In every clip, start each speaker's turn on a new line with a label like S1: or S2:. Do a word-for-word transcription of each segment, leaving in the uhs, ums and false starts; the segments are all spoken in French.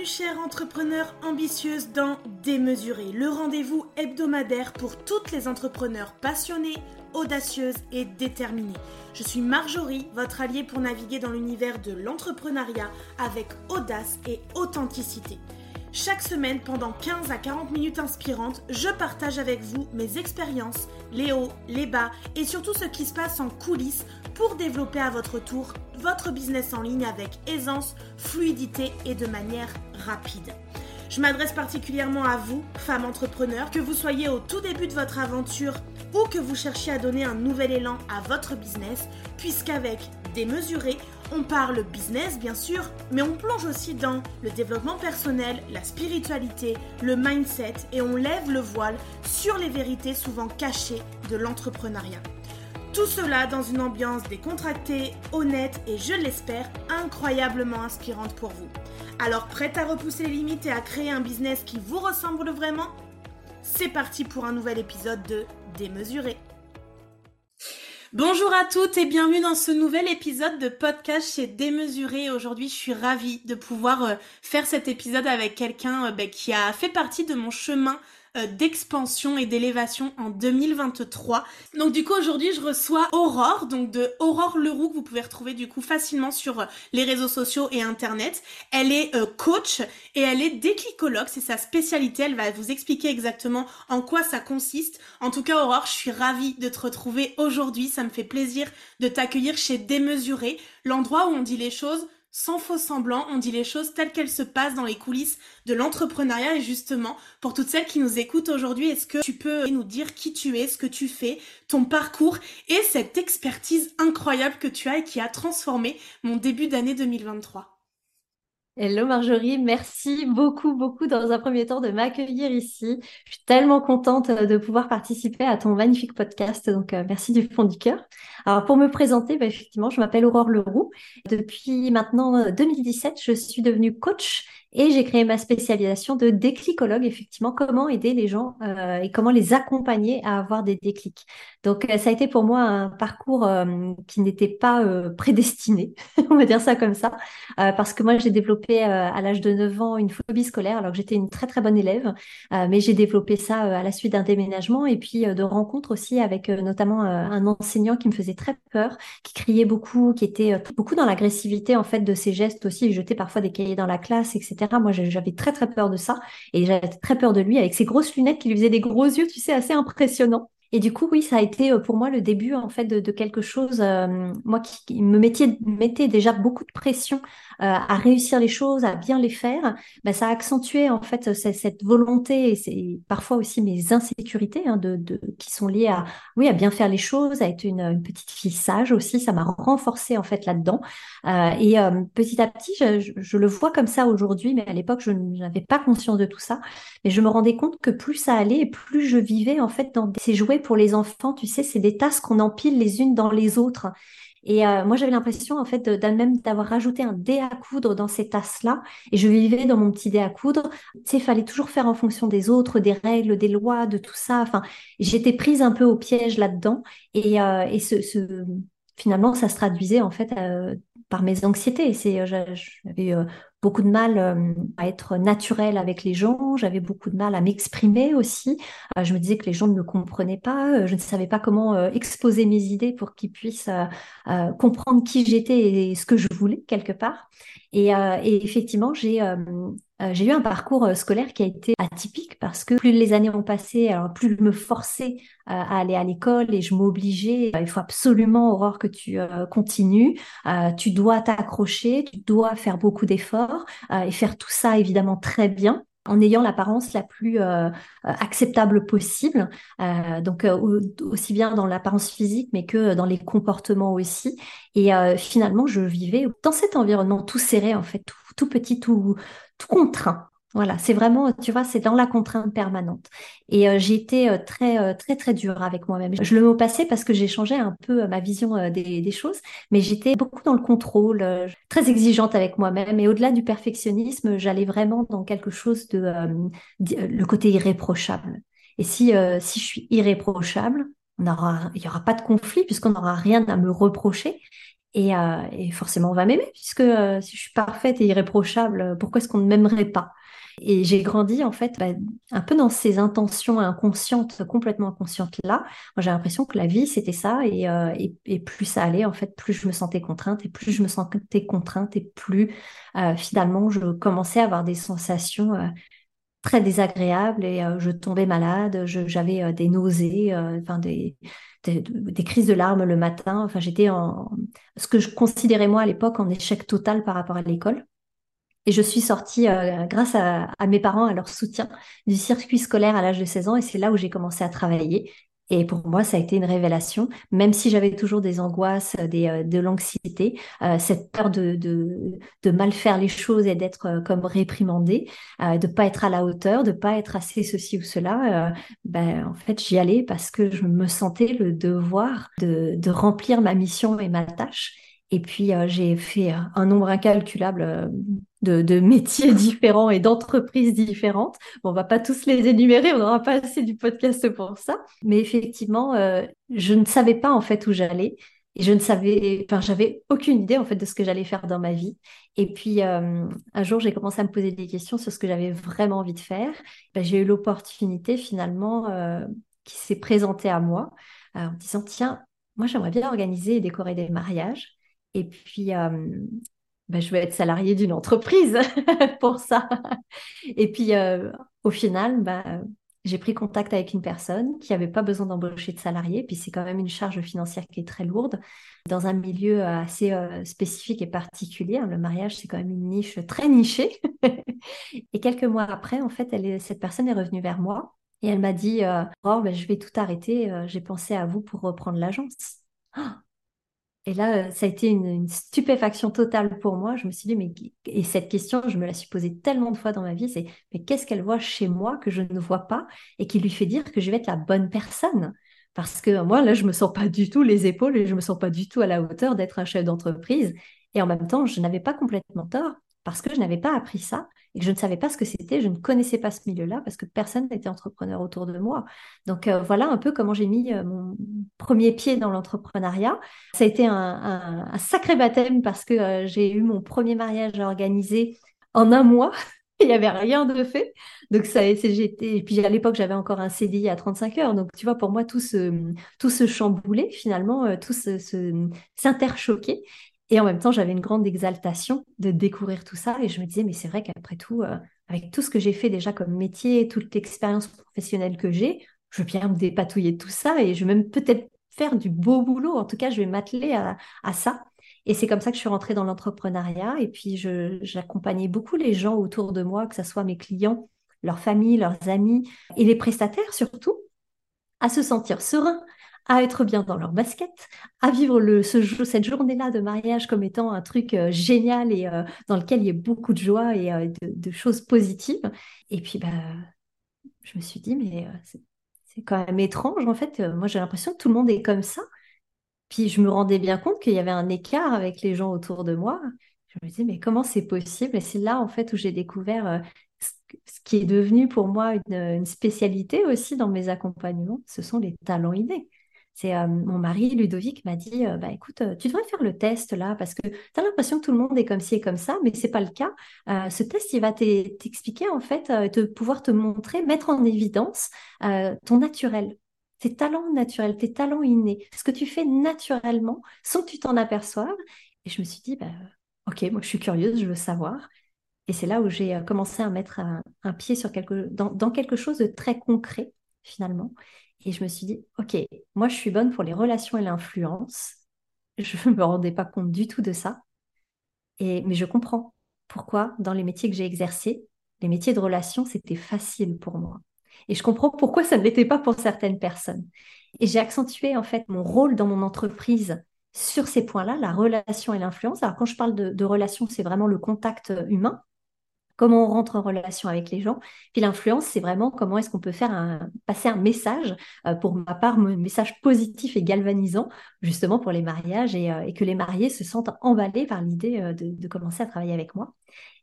S1: Bienvenue chère entrepreneure ambitieuse dans Démesuré, le rendez-vous hebdomadaire pour toutes les entrepreneurs passionnées, audacieuses et déterminées. Je suis Marjorie, votre alliée pour naviguer dans l'univers de l'entrepreneuriat avec audace et authenticité. Chaque semaine, pendant quinze à quarante minutes inspirantes, je partage avec vous mes expériences, les hauts, les bas et surtout ce qui se passe en coulisses pour développer à votre tour votre business en ligne avec aisance, fluidité et de manière rapide. Je m'adresse particulièrement à vous, femmes entrepreneurs, que vous soyez au tout début de votre aventure ou que vous cherchiez à donner un nouvel élan à votre business, puisqu'avec Démesuré, on parle business bien sûr, mais on plonge aussi dans le développement personnel, la spiritualité, le mindset et on lève le voile sur les vérités souvent cachées de l'entrepreneuriat. Tout cela dans une ambiance décontractée, honnête et je l'espère incroyablement inspirante pour vous. Alors prête à repousser les limites et à créer un business qui vous ressemble vraiment ? C'est parti pour un nouvel épisode de Démesuré. Bonjour à toutes et bienvenue dans ce nouvel épisode de podcast chez Démesuré. Aujourd'hui, je suis ravie de pouvoir euh, faire cet épisode avec quelqu'un euh, bah, qui a fait partie de mon chemin euh, d'expansion et d'élévation en deux mille vingt-trois. Donc du coup, aujourd'hui, je reçois Aurore, donc de Aurore Leroux, que vous pouvez retrouver du coup facilement sur euh, les réseaux sociaux et internet. Elle est euh, coach et elle est déclicologue, c'est sa spécialité. Elle va vous expliquer exactement en quoi ça consiste. En tout cas, Aurore, je suis ravie de te retrouver aujourd'hui. Ça me fait plaisir de t'accueillir chez Démesuré, l'endroit où on dit les choses sans faux semblant, on dit les choses telles qu'elles se passent dans les coulisses de l'entrepreneuriat. Et justement, pour toutes celles qui nous écoutent aujourd'hui, est-ce que tu peux nous dire qui tu es, ce que tu fais, ton parcours et cette expertise incroyable que tu as et qui a transformé mon début d'année deux mille vingt-trois?
S2: Hello Marjorie, merci beaucoup, beaucoup dans un premier temps de m'accueillir ici. Je suis tellement contente euh, de pouvoir participer à ton magnifique podcast, donc euh, merci du fond du cœur. Alors pour me présenter, bah, effectivement, je m'appelle Aurore Leroux. Depuis maintenant euh, deux mille dix-sept, je suis devenue coach et j'ai créé ma spécialisation de déclicologue, effectivement, comment aider les gens euh, et comment les accompagner à avoir des déclics. Donc euh, ça a été pour moi un parcours euh, qui n'était pas euh, prédestiné, on va dire ça comme ça. Euh, parce que moi, j'ai développé euh, à l'âge de neuf ans une phobie scolaire, alors que j'étais une très très bonne élève, euh, mais j'ai développé ça euh, à la suite d'un déménagement et puis euh, de rencontres aussi avec euh, notamment euh, un enseignant qui me faisait très peur, qui criait beaucoup, qui était euh, beaucoup dans l'agressivité en fait de ses gestes aussi, il jetait parfois des cahiers dans la classe, et cetera. Moi, j'avais très très peur de ça et j'avais très peur de lui avec ses grosses lunettes qui lui faisaient des gros yeux, tu sais, assez impressionnants. Et du coup, oui, ça a été euh, pour moi le début en fait de, de quelque chose, euh, moi qui, qui me mettait, mettait déjà beaucoup de pression euh, à réussir les choses, à bien les faire. Ben, ça a accentué en fait cette, cette volonté et c'est parfois aussi mes insécurités hein, de, de, qui sont liées à, oui, à bien faire les choses, à être une, une petite fille sage aussi. Ça m'a renforcée en fait là-dedans. Euh, et euh, petit à petit, je, je, je le vois comme ça aujourd'hui, mais à l'époque, je n'avais pas conscience de tout ça. Mais je me rendais compte que plus ça allait et plus je vivais en fait dans ces jouets pour les enfants. Tu sais, c'est des tasses qu'on empile les unes dans les autres. Et euh, moi, j'avais l'impression en fait de, de même d'avoir rajouté un dé à coudre dans ces tasses-là. Et je vivais dans mon petit dé à coudre. Tu sais, il fallait toujours faire en fonction des autres, des règles, des lois, de tout ça. Enfin, j'étais prise un peu au piège là-dedans. Et, euh, et ce, ce, finalement, ça se traduisait en fait euh, par mes anxiétés. C'est, j'avais euh, beaucoup de mal euh, à être naturelle avec les gens. J'avais beaucoup de mal à m'exprimer aussi. Euh, je me disais que les gens ne me comprenaient pas. Euh, je ne savais pas comment euh, exposer mes idées pour qu'ils puissent euh, euh, comprendre qui j'étais et ce que je voulais quelque part. Et, euh, et effectivement, j'ai euh, euh, j'ai eu un parcours euh, scolaire qui a été atypique parce que plus les années ont passé, alors plus je me forçais euh, à aller à l'école et je m'obligeais. Euh, il faut absolument, Aurore, que tu euh, continues. Euh, tu dois t'accrocher, tu dois faire beaucoup d'efforts euh, et faire tout ça évidemment très bien en ayant l'apparence la plus euh, acceptable possible, euh, donc euh, aussi bien dans l'apparence physique, mais que dans les comportements aussi. Et euh, finalement, je vivais dans cet environnement tout serré, en fait, tout, tout petit, tout, tout contraint. Voilà, c'est vraiment, tu vois, c'est dans la contrainte permanente. Et euh, j'ai été euh, très, euh, très, très dure avec moi-même. Je le mets au passé parce que j'ai changé un peu euh, ma vision euh, des, des choses, mais j'étais beaucoup dans le contrôle, euh, très exigeante avec moi-même. Et au-delà du perfectionnisme, j'allais vraiment dans quelque chose de, euh, di- euh, le côté irréprochable. Et si, euh, si je suis irréprochable, on aura, il n'y aura pas de conflit puisqu'on n'aura rien à me reprocher. Et, euh, et forcément, on va m'aimer, puisque euh, si je suis parfaite et irréprochable, euh, pourquoi est-ce qu'on ne m'aimerait pas? Et j'ai grandi, en fait, bah, un peu dans ces intentions inconscientes, complètement inconscientes là. Moi, j'ai l'impression que la vie, c'était ça. Et, euh, et, et plus ça allait, en fait, plus je me sentais contrainte. Et plus je me sentais contrainte, et plus euh, finalement, je commençais à avoir des sensations euh, très désagréable et euh, je tombais malade, je- j'avais euh, des nausées, euh, enfin des, des, des crises de larmes le matin. Enfin, j'étais en ce que je considérais moi à l'époque en échec total par rapport à l'école. Et je suis sortie euh, grâce à, à mes parents, à leur soutien du circuit scolaire à l'âge de seize ans et c'est là où j'ai commencé à travailler. Et pour moi, ça a été une révélation, même si j'avais toujours des angoisses, des, euh, de l'anxiété, euh, cette peur de, de, de mal faire les choses et d'être euh, comme réprimandée, euh, de pas être à la hauteur, de pas être assez ceci ou cela. Euh, ben, en fait, j'y allais parce que je me sentais le devoir de, de remplir ma mission et ma tâche. Et puis, euh, j'ai fait euh, un nombre incalculable euh, de, de métiers différents et d'entreprises différentes. Bon, on va pas tous les énumérer, on n'aura pas assez du podcast pour ça. Mais effectivement, euh, je ne savais pas en fait où j'allais. Et je ne savais, enfin, j'avais aucune idée en fait de ce que j'allais faire dans ma vie. Et puis euh, un jour, j'ai commencé à me poser des questions sur ce que j'avais vraiment envie de faire. Ben, j'ai eu l'opportunité finalement euh, qui s'est présentée à moi euh, en me disant, tiens, moi j'aimerais bien organiser et décorer des mariages. Et puis, euh, ben, je vais être salariée d'une entreprise pour ça. Et puis, euh, au final, ben, j'ai pris contact avec une personne qui n'avait pas besoin d'embaucher de salariés. Puis, c'est quand même une charge financière qui est très lourde dans un milieu assez euh, spécifique et particulier. Le mariage, c'est quand même une niche très nichée. Et quelques mois après, en fait, elle est- cette personne est revenue vers moi et elle m'a dit, euh, oh, ben, je vais tout arrêter. euh, J'ai pensé à vous pour reprendre l'agence. Et là, euh, ça a été une, une stupéfaction totale pour moi. Je me suis dit, mais et cette question, je me la suis posée tellement de fois dans ma vie, c'est mais qu'est-ce qu'elle voit chez moi que je ne vois pas et qui lui fait dire que je vais être la bonne personne? Parce que moi, là, je me sens pas du tout les épaules et je me sens pas du tout à la hauteur d'être un chef d'entreprise. Et en même temps, je n'avais pas complètement tort parce que je n'avais pas appris ça et que je ne savais pas ce que c'était. Je ne connaissais pas ce milieu-là parce que personne n'était entrepreneur autour de moi. Donc euh, voilà un peu comment j'ai mis euh, mon premier pied dans l'entrepreneuriat. Ça a été un, un- un sacré baptême parce que euh, j'ai eu mon premier mariage à organiser en un mois. Il n'y avait rien de fait. Donc, ça, c'est- j'étais... Et puis, à l'époque, j'avais encore un C D I à trente-cinq heures. Donc, tu vois, pour moi, tout se, tout se chamboulait finalement, euh, tout se, se- s'interchoquait. Et en même temps, j'avais une grande exaltation de découvrir tout ça. Et je me disais, mais c'est vrai qu'après tout, euh, avec tout ce que j'ai fait déjà comme métier, toute l'expérience professionnelle que j'ai, je veux bien me dépatouiller de tout ça et je vais même peut-être faire du beau boulot. En tout cas, je vais m'atteler à, à ça. Et c'est comme ça que je suis rentrée dans l'entrepreneuriat. Et puis, je, j'accompagnais beaucoup les gens autour de moi, que ce soit mes clients, leurs familles, leurs amis et les prestataires surtout, à se sentir sereins, à être bien dans leur basket, à vivre le, ce, jour- cette journée-là de mariage comme étant un truc euh, génial et euh, dans lequel il y a beaucoup de joie et euh, de, de choses positives. Et puis, bah, je me suis dit, mais euh, c'est c'est quand même étrange en fait. Euh, moi, j'ai l'impression que tout le monde est comme ça. Puis je me rendais bien compte qu'il y avait un écart avec les gens autour de moi. Je me disais, mais comment c'est possible? Et c'est là, en fait, où j'ai découvert euh, ce ce qui est devenu pour moi une, une spécialité aussi dans mes accompagnements. Ce sont les talents innés. C'est euh, mon mari, Ludovic, m'a dit, euh, bah, écoute, euh, tu devrais faire le test là, parce que tu as l'impression que tout le monde est comme ci et comme ça, mais c'est pas le cas. Euh, ce test, il va t'e- t'expliquer, en fait, euh, te, pouvoir te montrer, mettre en évidence euh, ton naturel tes talents naturels, tes talents innés, ce que tu fais naturellement sans que tu t'en aperçoives. Et je me suis dit, bah, ok, moi je suis curieuse, je veux savoir. Et c'est là où j'ai euh, commencé à mettre un, un pied sur quelque, dans, dans quelque chose de très concret, finalement. Et je me suis dit, ok, moi je suis bonne pour les relations et l'influence. Je ne me rendais pas compte du tout de ça. Et, mais je comprends pourquoi, dans les métiers que j'ai exercés, les métiers de relations, c'était facile pour moi. Et je comprends pourquoi ça ne l'était pas pour certaines personnes. Et j'ai accentué en fait mon rôle dans mon entreprise sur ces points-là, la relation et l'influence. Alors quand je parle de, de relation, c'est vraiment le contact humain, comment on rentre en relation avec les gens. Puis l'influence, c'est vraiment comment est-ce qu'on peut faire un, passer un message, euh, pour ma part, un message positif et galvanisant, justement pour les mariages et, euh, et que les mariés se sentent emballés par l'idée euh, de, de commencer à travailler avec moi.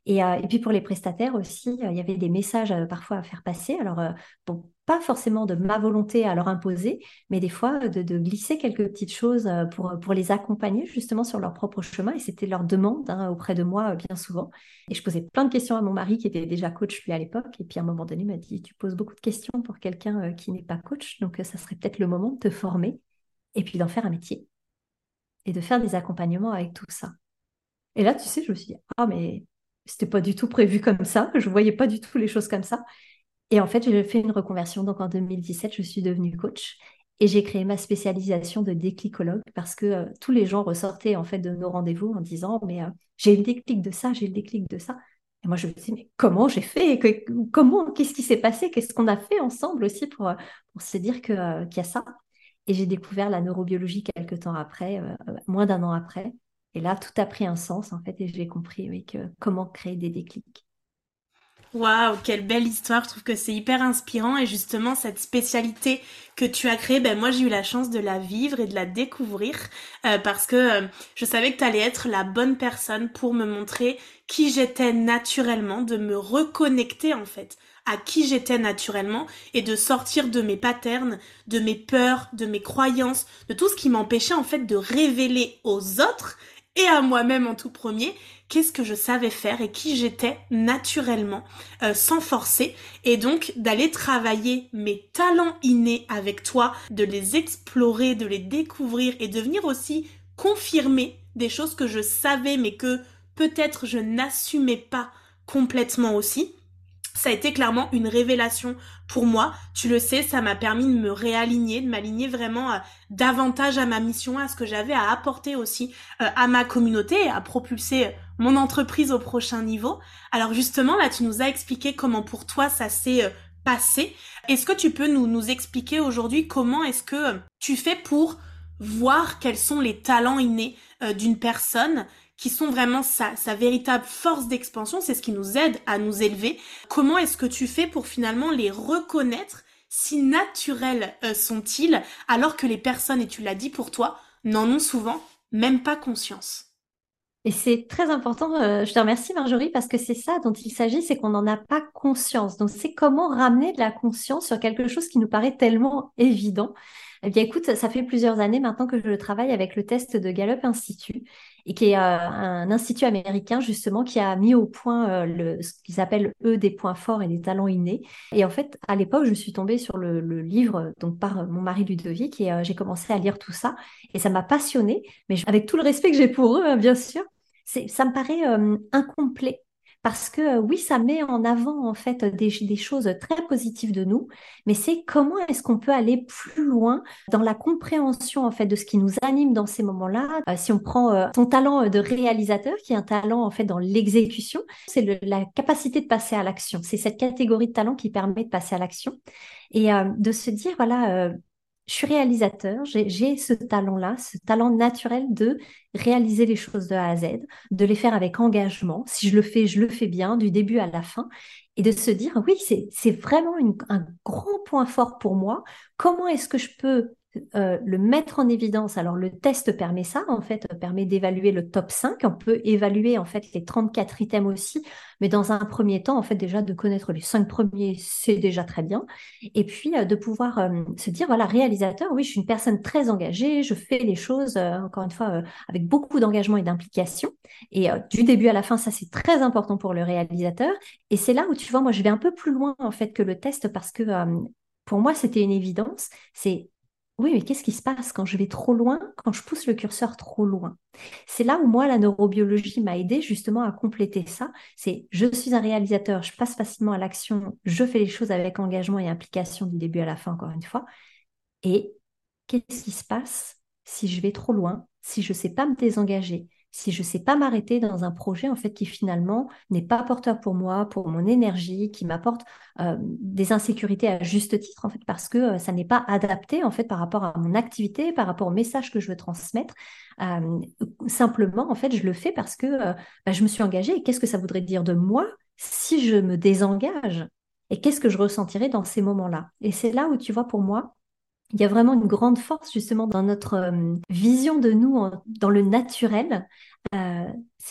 S2: Et, euh, et puis pour les prestataires aussi, euh, il y avait des messages euh, parfois à faire passer. Alors, euh, bon, pas forcément de ma volonté à leur imposer, mais des fois euh, de, de glisser quelques petites choses euh, pour, pour les accompagner justement sur leur propre chemin. Et c'était leur demande hein, auprès de moi euh, bien souvent. Et je posais plein de questions à mon mari qui était déjà coach lui à l'époque. Et puis à un moment donné, il m'a dit, tu poses beaucoup de questions pour quelqu'un euh, qui n'est pas coach, donc euh, ça serait peut-être le moment de te former et puis d'en faire un métier et de faire des accompagnements avec tout ça. Et là, tu sais, je me suis dit, ah, mais c'était pas du tout prévu comme ça. Je voyais pas du tout les choses comme ça. Et en fait, j'ai fait une reconversion. Donc, en deux mille dix-sept, je suis devenue coach et j'ai créé ma spécialisation de déclicologue parce que euh, tous les gens ressortaient en fait de nos rendez-vous en disant, mais euh, j'ai eu le déclic de ça, j'ai eu le déclic de ça. Et moi, je me dis, mais comment j'ai fait? Que- Comment? Qu'est-ce qui s'est passé? Qu'est-ce qu'on a fait ensemble aussi pour, euh, pour se dire que, euh, qu'il y a ça? Et j'ai découvert la neurobiologie quelques temps après, euh, euh, moins d'un an après. Et là, tout a pris un sens, en fait, et j'ai compris, oui, que comment créer des déclics.
S1: Waouh, quelle belle histoire. Je trouve que c'est hyper inspirant et justement cette spécialité que tu as créée, ben moi j'ai eu la chance de la vivre et de la découvrir euh, parce que euh, je savais que tu allais être la bonne personne pour me montrer qui j'étais naturellement, de me reconnecter en fait à qui j'étais naturellement et de sortir de mes patterns, de mes peurs, de mes croyances, de tout ce qui m'empêchait en fait de révéler aux autres et à moi-même en tout premier qu'est-ce que je savais faire et qui j'étais naturellement, euh, sans forcer, et donc d'aller travailler mes talents innés avec toi, de les explorer, de les découvrir et de venir aussi confirmer des choses que je savais mais que peut-être je n'assumais pas complètement aussi. Ça a été clairement une révélation pour moi. Tu le sais, ça m'a permis de me réaligner, de m'aligner vraiment euh, davantage à ma mission, à ce que j'avais à apporter aussi euh, à ma communauté et à propulser euh, mon entreprise au prochain niveau. Alors justement, là, tu nous as expliqué comment pour toi ça s'est euh, passé. Est-ce que tu peux nous, nous expliquer aujourd'hui comment est-ce que euh, tu fais pour voir quels sont les talents innés euh, d'une personne qui sont vraiment sa, sa véritable force d'expansion, c'est ce qui nous aide à nous élever. Comment est-ce que tu fais pour finalement les reconnaître? Si naturels euh, sont-ils, alors que les personnes, et tu l'as dit pour toi, n'en ont souvent même pas conscience?
S2: Et c'est très important, euh, je te remercie Marjorie, parce que c'est ça dont il s'agit, c'est qu'on n'en a pas conscience. Donc c'est comment ramener de la conscience sur quelque chose qui nous paraît tellement évident. Eh bien écoute, ça fait plusieurs années maintenant que je travaille avec le test de Gallup Institute, et qui est euh, un institut américain justement qui a mis au point euh, le, ce qu'ils appellent eux des points forts et des talents innés. Et en fait, à l'époque, je suis tombée sur le, le livre donc par mon mari Ludovic et euh, j'ai commencé à lire tout ça et ça m'a passionnée. Mais je- avec tout le respect que j'ai pour eux, hein, bien sûr, c'est, ça me paraît euh, incomplet. Parce que euh, oui, ça met en avant en fait des, des choses très positives de nous, mais c'est comment est-ce qu'on peut aller plus loin dans la compréhension en fait de ce qui nous anime dans ces moments-là. Euh, si on prend euh, ton talent euh, de réalisateur, qui est un talent en fait dans l'exécution, c'est le- la capacité de passer à l'action. C'est cette catégorie de talent qui permet de passer à l'action et euh, de se dire voilà. euh, je suis réalisateur, j'ai j'ai ce talent-là, ce talent naturel de réaliser les choses de A à Z, de les faire avec engagement. Si je le fais, je le fais bien, du début à la fin. Et de se dire, oui, c'est, c'est vraiment une- un grand point fort pour moi. Comment est-ce que je peux euh, le mettre en évidence? Alors, le test permet ça, en fait, euh, permet d'évaluer le top cinq. On peut évaluer, en fait, les trente-quatre items aussi. Mais dans un premier temps, en fait, déjà, de connaître les cinq premiers, c'est déjà très bien. Et puis, euh, de pouvoir euh, se dire, voilà, réalisateur, oui, je suis une personne très engagée, je fais les choses, euh, encore une fois, euh, avec beaucoup d'engagement et d'implication. Et euh, du début à la fin, ça, c'est très important pour le réalisateur. Et c'est là où, tu vois, moi, je vais un peu plus loin, en fait, que le test parce que euh, pour moi, c'était une évidence. C'est, oui, mais qu'est-ce qui se passe quand je vais trop loin, quand je pousse le curseur trop loin? C'est là où moi, la neurobiologie m'a aidé justement à compléter ça. C'est, je suis un réalisateur, je passe facilement à l'action, je fais les choses avec engagement et implication du début à la fin, encore une fois. Et qu'est-ce qui se passe si je vais trop loin, si je ne sais pas me désengager, si je ne sais pas m'arrêter dans un projet en fait qui finalement n'est pas porteur pour moi, pour mon énergie, qui m'apporte euh, des insécurités à juste titre en fait parce que euh, ça n'est pas adapté en fait par rapport à mon activité, par rapport au message que je veux transmettre. Euh, simplement en fait je le fais parce que euh, bah, je me suis engagée et qu'est-ce que ça voudrait dire de moi si je me désengage? Et qu'est-ce que je ressentirais dans ces moments-là? Et c'est là où tu vois pour moi il y a vraiment une grande force justement dans notre euh, vision de nous en- dans le naturel. Euh, c'est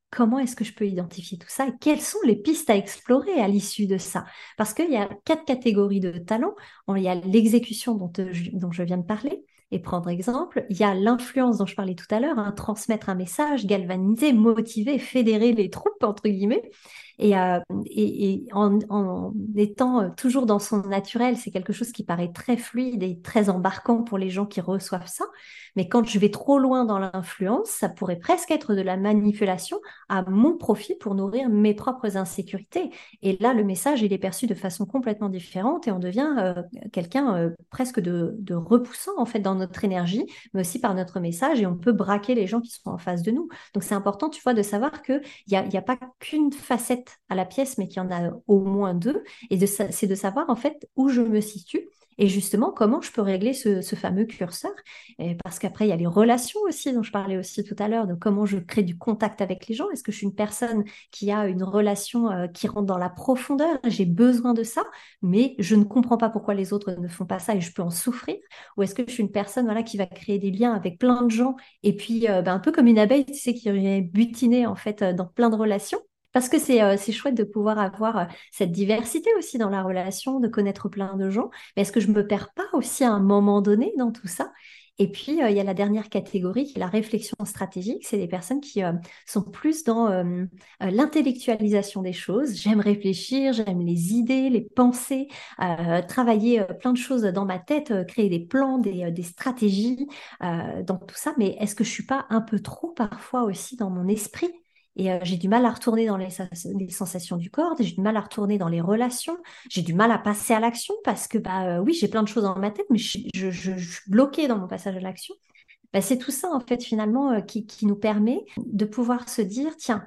S2: comment est-ce que je peux identifier tout ça et quelles sont les pistes à explorer à l'issue de ça? Parce qu'il y a quatre catégories de talents. Il y a l'exécution dont, euh, je- dont je viens de parler. Et prendre exemple, il y a l'influence dont je parlais tout à l'heure, hein, transmettre un message, galvaniser, motiver, fédérer les troupes, entre guillemets. Et, euh, et, et en, en étant euh, toujours dans son naturel, c'est quelque chose qui paraît très fluide et très embarquant pour les gens qui reçoivent ça. Mais quand je vais trop loin dans l'influence, ça pourrait presque être de la manipulation à mon profit pour nourrir mes propres insécurités. Et là, le message, il est perçu de façon complètement différente et on devient euh, quelqu'un euh, presque de, de repoussant en fait dans notre énergie, mais aussi par notre message et on peut braquer les gens qui sont en face de nous. Donc c'est important, tu vois, de savoir qu'il n'y a, y a pas qu'une facette à la pièce, mais qu'il y en a au moins deux. Et de, c'est de savoir en fait où je me situe et justement comment je peux régler ce, ce fameux curseur. Et parce qu'après, il y a les relations aussi, dont je parlais aussi tout à l'heure, de comment je crée du contact avec les gens. Est-ce que je suis une personne qui a une relation euh, qui rentre dans la profondeur? J'ai besoin de ça, mais je ne comprends pas pourquoi les autres ne font pas ça et je peux en souffrir. Ou est-ce que je suis une personne voilà, qui va créer des liens avec plein de gens et puis euh, ben, un peu comme une abeille, tu sais, qui est butinée en fait euh, dans plein de relations? Parce que c'est euh, c'est chouette de pouvoir avoir euh, cette diversité aussi dans la relation, de connaître plein de gens. Mais est-ce que je me perds pas aussi à un moment donné dans tout ça? Et puis, euh, il y a la dernière catégorie qui est la réflexion stratégique. C'est des personnes qui euh, sont plus dans euh, euh, l'intellectualisation des choses. J'aime réfléchir, j'aime les idées, les pensées, euh, travailler euh, plein de choses dans ma tête, euh, créer des plans, des, euh, des stratégies, euh, dans tout ça. Mais est-ce que je suis pas un peu trop parfois aussi dans mon esprit? Et euh, j'ai du mal à retourner dans les, sens- les sensations du corps, j'ai du mal à retourner dans les relations, j'ai du mal à passer à l'action parce que bah euh, oui, j'ai plein de choses dans ma tête, mais je, je- je- je suis bloquée dans mon passage à l'action. Bah, c'est tout ça en fait finalement euh, qui, qui nous permet de pouvoir se dire, tiens,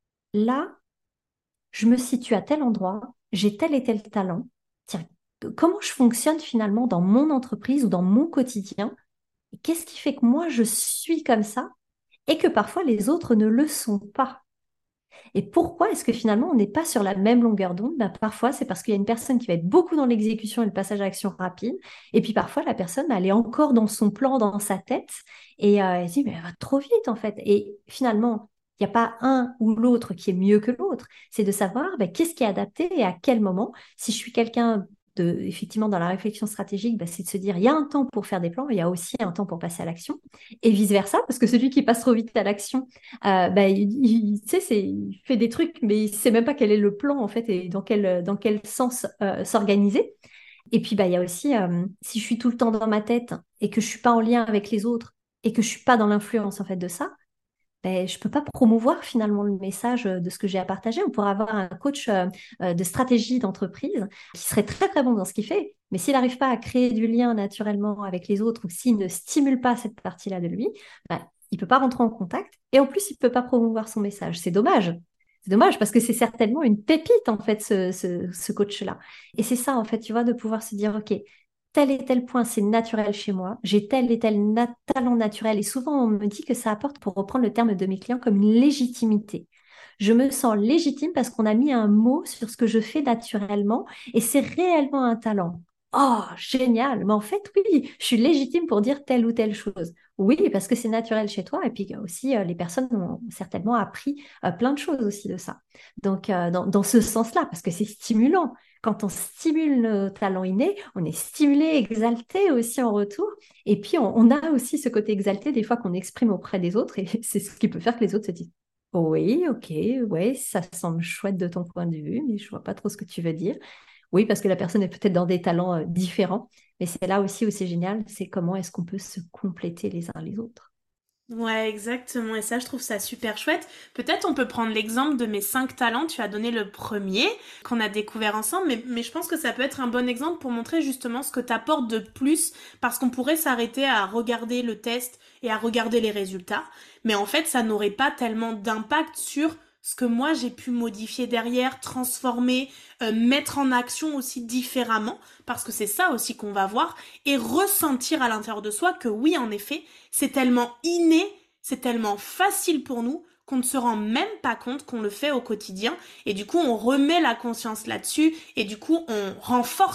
S2: là, je me situe à tel endroit, j'ai tel et tel talent. Tiens, comment je fonctionne finalement dans mon entreprise ou dans mon quotidien? Et qu'est-ce qui fait que moi je suis comme ça et que parfois les autres ne le sont pas? Et pourquoi est-ce que finalement on n'est pas sur la même longueur d'onde? Ben, parfois, c'est parce qu'il y a une personne qui va être beaucoup dans l'exécution et le passage à l'action rapide. Et puis parfois, la personne, elle est encore dans son plan, dans sa tête. Et euh, elle se dit, mais elle va trop vite en fait. Et finalement, il n'y a pas un ou l'autre qui est mieux que l'autre. C'est de savoir ben, qu'est-ce qui est adapté et à quel moment. Si je suis quelqu'un de, effectivement, dans la réflexion stratégique, ben, c'est de se dire, il y a un temps pour faire des plans, il y a aussi un temps pour passer à l'action. Et vice-versa, parce que celui qui passe trop vite à l'action, euh, bah, il, il- tu sais, c'est, il fait des trucs, mais il sait même pas quel est le plan en fait et dans quel, dans quel sens euh, s'organiser. Et puis bah, il y a aussi, euh, si je suis tout le temps dans ma tête et que je suis pas en lien avec les autres et que je suis pas dans l'influence en fait de ça, ben, je peux pas promouvoir finalement le message euh, de ce que j'ai à partager. On pourrait avoir un coach euh, euh, de stratégie d'entreprise qui serait très très bon dans ce qu'il fait, mais s'il n'arrive pas à créer du lien naturellement avec les autres ou s'il ne stimule pas cette partie-là de lui, ben, il peut pas rentrer en contact et en plus il peut pas promouvoir son message. C'est dommage. C'est dommage parce que c'est certainement une pépite en fait ce, ce, ce coach-là. Et c'est ça en fait, tu vois, de pouvoir se dire, ok, tel et tel point, c'est naturel chez moi. J'ai tel et tel na- talent naturel. Et souvent, on me dit que ça apporte, pour reprendre le terme de mes clients, comme une légitimité. Je me sens légitime parce qu'on a mis un mot sur ce que je fais naturellement et c'est réellement un talent. Oh, génial. Mais en fait, oui, je suis légitime pour dire telle ou telle chose. Oui, parce que c'est naturel chez toi. Et puis aussi, euh, les personnes ont certainement appris euh, plein de choses aussi de ça. Donc, euh, dans, dans ce sens-là, parce que c'est stimulant. Quand on stimule nos talents innés, on est stimulé, exalté aussi en retour. Et puis, on, on a aussi ce côté exalté des fois qu'on exprime auprès des autres. Et c'est ce qui peut faire que les autres se disent, oui, ok, ouais, ça semble chouette de ton point de vue, mais je vois pas trop ce que tu veux dire. Oui, parce que la personne est peut-être dans des talents euh, différents. Mais c'est là aussi où c'est génial, c'est comment est-ce qu'on peut se compléter les uns les autres.
S1: Ouais, exactement. Et ça, je trouve ça super chouette. Peut-être on peut prendre l'exemple de mes cinq talents. Tu as donné le premier qu'on a découvert ensemble, mais, mais je pense que ça peut être un bon exemple pour montrer justement ce que t'apportes de plus, parce qu'on pourrait s'arrêter à regarder le test et à regarder les résultats, mais en fait, ça n'aurait pas tellement d'impact sur ce que moi j'ai pu modifier derrière, transformer, euh, mettre en action aussi différemment, parce que c'est ça aussi qu'on va voir, et ressentir à l'intérieur de soi que oui, en effet, c'est tellement inné, c'est tellement facile pour nous qu'on ne se rend même pas compte qu'on le fait au quotidien et du coup on remet la conscience là-dessus et du coup on renforce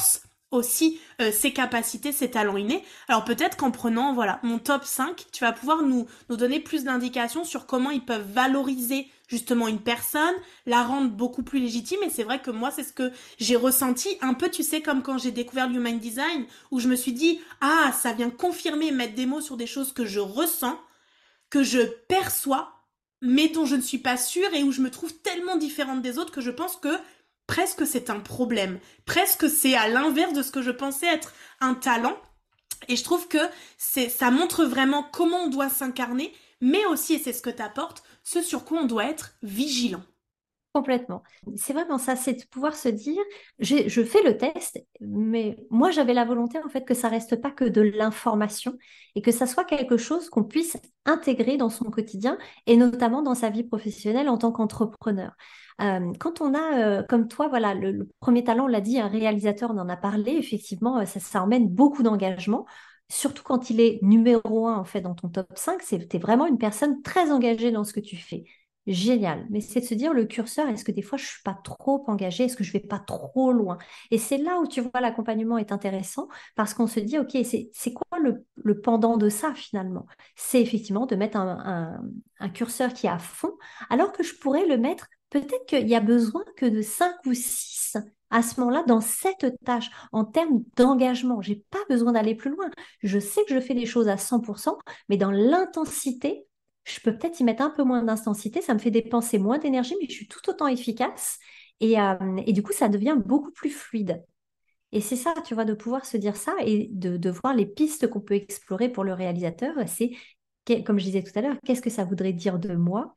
S1: aussi euh, ses capacités, ses talents innés. Alors peut-être qu'en prenant voilà mon top cinq, tu vas pouvoir nous, nous donner plus d'indications sur comment ils peuvent valoriser justement une personne, la rendre beaucoup plus légitime. Et c'est vrai que moi, c'est ce que j'ai ressenti un peu, tu sais, comme quand j'ai découvert l'Human Design, où je me suis dit, ah, ça vient confirmer, mettre des mots sur des choses que je ressens, que je perçois, mais dont je ne suis pas sûre et où je me trouve tellement différente des autres que je pense que presque c'est un problème. Presque c'est à l'inverse de ce que je pensais être un talent. Et je trouve que c'est, ça montre vraiment comment on doit s'incarner, mais aussi, et c'est ce que t'apportes, ce sur quoi on doit être vigilant.
S2: Complètement. C'est vraiment ça, c'est de pouvoir se dire, j'ai- je fais le test, mais moi j'avais la volonté en fait que ça reste pas que de l'information et que ça soit quelque chose qu'on puisse intégrer dans son quotidien et notamment dans sa vie professionnelle en tant qu'entrepreneur. Euh, quand on a, euh, comme toi, voilà, le, le premier talent, on l'a dit, un réalisateur, on en a parlé, effectivement, euh, ça, ça emmène beaucoup d'engagement. Surtout quand il est numéro un en fait dans ton top cinq, c'est t'es vraiment une personne très engagée dans ce que tu fais. Génial. Mais c'est de se dire le curseur, est-ce que des fois je suis pas trop engagée? Est-ce que je vais pas trop loin? Et c'est là où tu vois l'accompagnement est intéressant parce qu'on se dit, OK, c'est c'est quoi le, le pendant de ça finalement? C'est effectivement de mettre un, un, un curseur qui est à fond, alors que je pourrais le mettre, peut-être qu'il y a besoin que de cinq ou six à ce moment-là dans cette tâche en termes d'engagement. J'ai pas besoin d'aller plus loin. Je sais que je fais les choses à cent pour cent, mais dans l'intensité, je peux peut-être y mettre un peu moins d'intensité, ça me fait dépenser moins d'énergie, mais je suis tout autant efficace. Et, euh, et du coup, ça devient beaucoup plus fluide. Et c'est ça, tu vois, de pouvoir se dire ça et de, de voir les pistes qu'on peut explorer pour le réalisateur. C'est, que- comme je disais tout à l'heure, qu'est-ce que ça voudrait dire de moi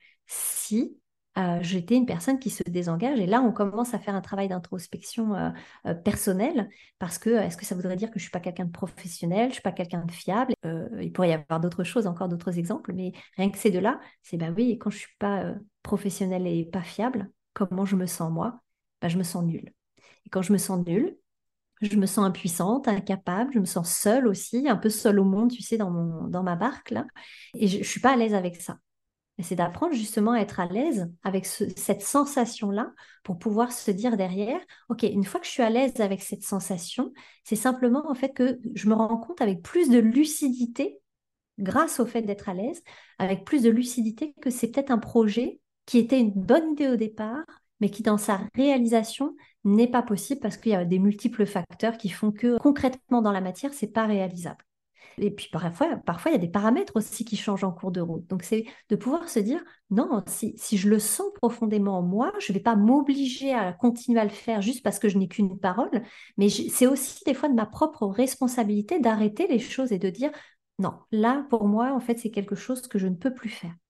S2: si euh, j'étais une personne qui se désengage? Et là, on commence à faire un travail d'introspection euh, euh, personnelle parce que est-ce que ça voudrait dire que je ne suis pas quelqu'un de professionnel, je ne suis pas quelqu'un de fiable? Euh, il pourrait y avoir d'autres choses, encore d'autres exemples, mais rien que ces deux-là, c'est ben oui, quand je ne suis pas euh, professionnelle et pas fiable, comment je me sens moi? Ben, je me sens nulle. Et quand je me sens nulle, je me sens impuissante, incapable, je me sens seule aussi, un peu seule au monde, tu sais, dans mon, dans ma barque là. Et je ne suis pas à l'aise avec ça. Et c'est d'apprendre justement à être à l'aise avec ce- cette sensation-là pour pouvoir se dire derrière, OK, une fois que je suis à l'aise avec cette sensation, c'est simplement en fait que je me rends compte avec plus de lucidité, grâce au fait d'être à l'aise, avec plus de lucidité que c'est peut-être un projet qui était une bonne idée au départ, mais qui dans sa réalisation n'est pas possible parce qu'il y a des multiples facteurs qui font que concrètement dans la matière, c'est pas réalisable. Et puis parfois, parfois, il y a des paramètres aussi qui changent en cours de route. Donc, c'est de pouvoir se dire, non, si, si je le sens profondément en moi, je ne vais pas m'obliger à continuer à le faire juste parce que je n'ai qu'une parole, mais je- c'est aussi des fois de ma propre responsabilité d'arrêter les choses et de dire, non, là, pour moi, en fait, c'est quelque chose que je ne peux plus faire.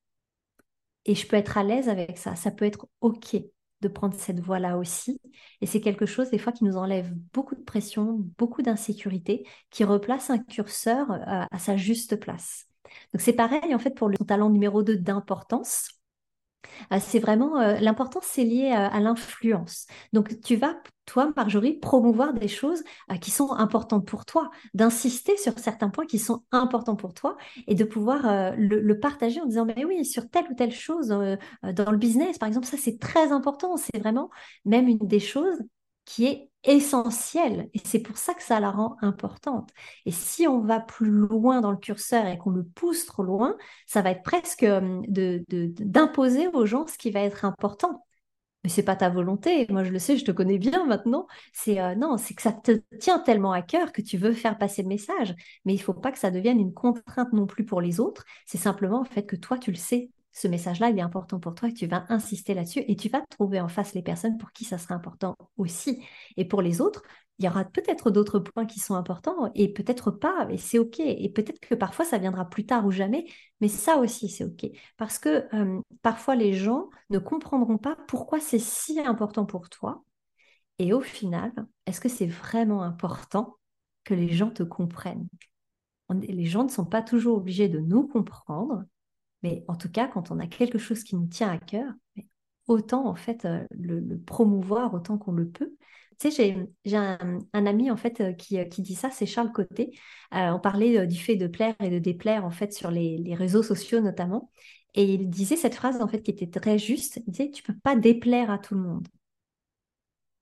S2: Et je peux être à l'aise avec ça. Ça peut être OK de prendre cette voie-là aussi. Et c'est quelque chose, des fois, qui nous enlève beaucoup de pression, beaucoup d'insécurité, qui replace un curseur euh, à sa juste place. Donc, c'est pareil, en fait, pour le talent numéro deux d'importance. Euh, c'est vraiment, euh, l'importance, c'est lié à, à l'influence. Donc, tu vas, toi, Marjorie, promouvoir des choses euh, qui sont importantes pour toi, d'insister sur certains points qui sont importants pour toi et de pouvoir euh, le, le partager en disant, mais oui, sur telle ou telle chose euh, euh, dans le business, par exemple, ça, c'est très important. C'est vraiment même une des choses qui est essentielle. Et c'est pour ça que ça la rend importante. Et si on va plus loin dans le curseur et qu'on le pousse trop loin, ça va être presque euh, de, de- d'imposer aux gens ce qui va être important. Mais c'est pas ta volonté. Moi, je le sais, je te connais bien maintenant. C'est euh, non, c'est que ça te tient tellement à cœur que tu veux faire passer le message. Mais il faut pas que ça devienne une contrainte non plus pour les autres. C'est simplement en fait que toi, tu le sais. Ce message-là, il est important pour toi et tu vas insister là-dessus et tu vas trouver en face les personnes pour qui ça sera important aussi. Et pour les autres, il y aura peut-être d'autres points qui sont importants et peut-être pas, et c'est OK. Et peut-être que parfois ça viendra plus tard ou jamais, mais ça aussi c'est OK. Parce que euh, parfois les gens ne comprendront pas pourquoi c'est si important pour toi. Et au final, est-ce que c'est vraiment important que les gens te comprennent? On- les gens ne sont pas toujours obligés de nous comprendre, mais en tout cas, quand on a quelque chose qui nous tient à cœur, mais autant en fait euh, le, le promouvoir autant qu'on le peut. Tu sais, j'ai, j'ai un, un ami en fait euh, qui, euh, qui dit ça, c'est Charles Côté. Euh, on parlait euh, du fait de plaire et de déplaire en fait sur les, les réseaux sociaux notamment. Et il disait cette phrase en fait qui était très juste. Il disait, tu peux pas déplaire à tout le monde.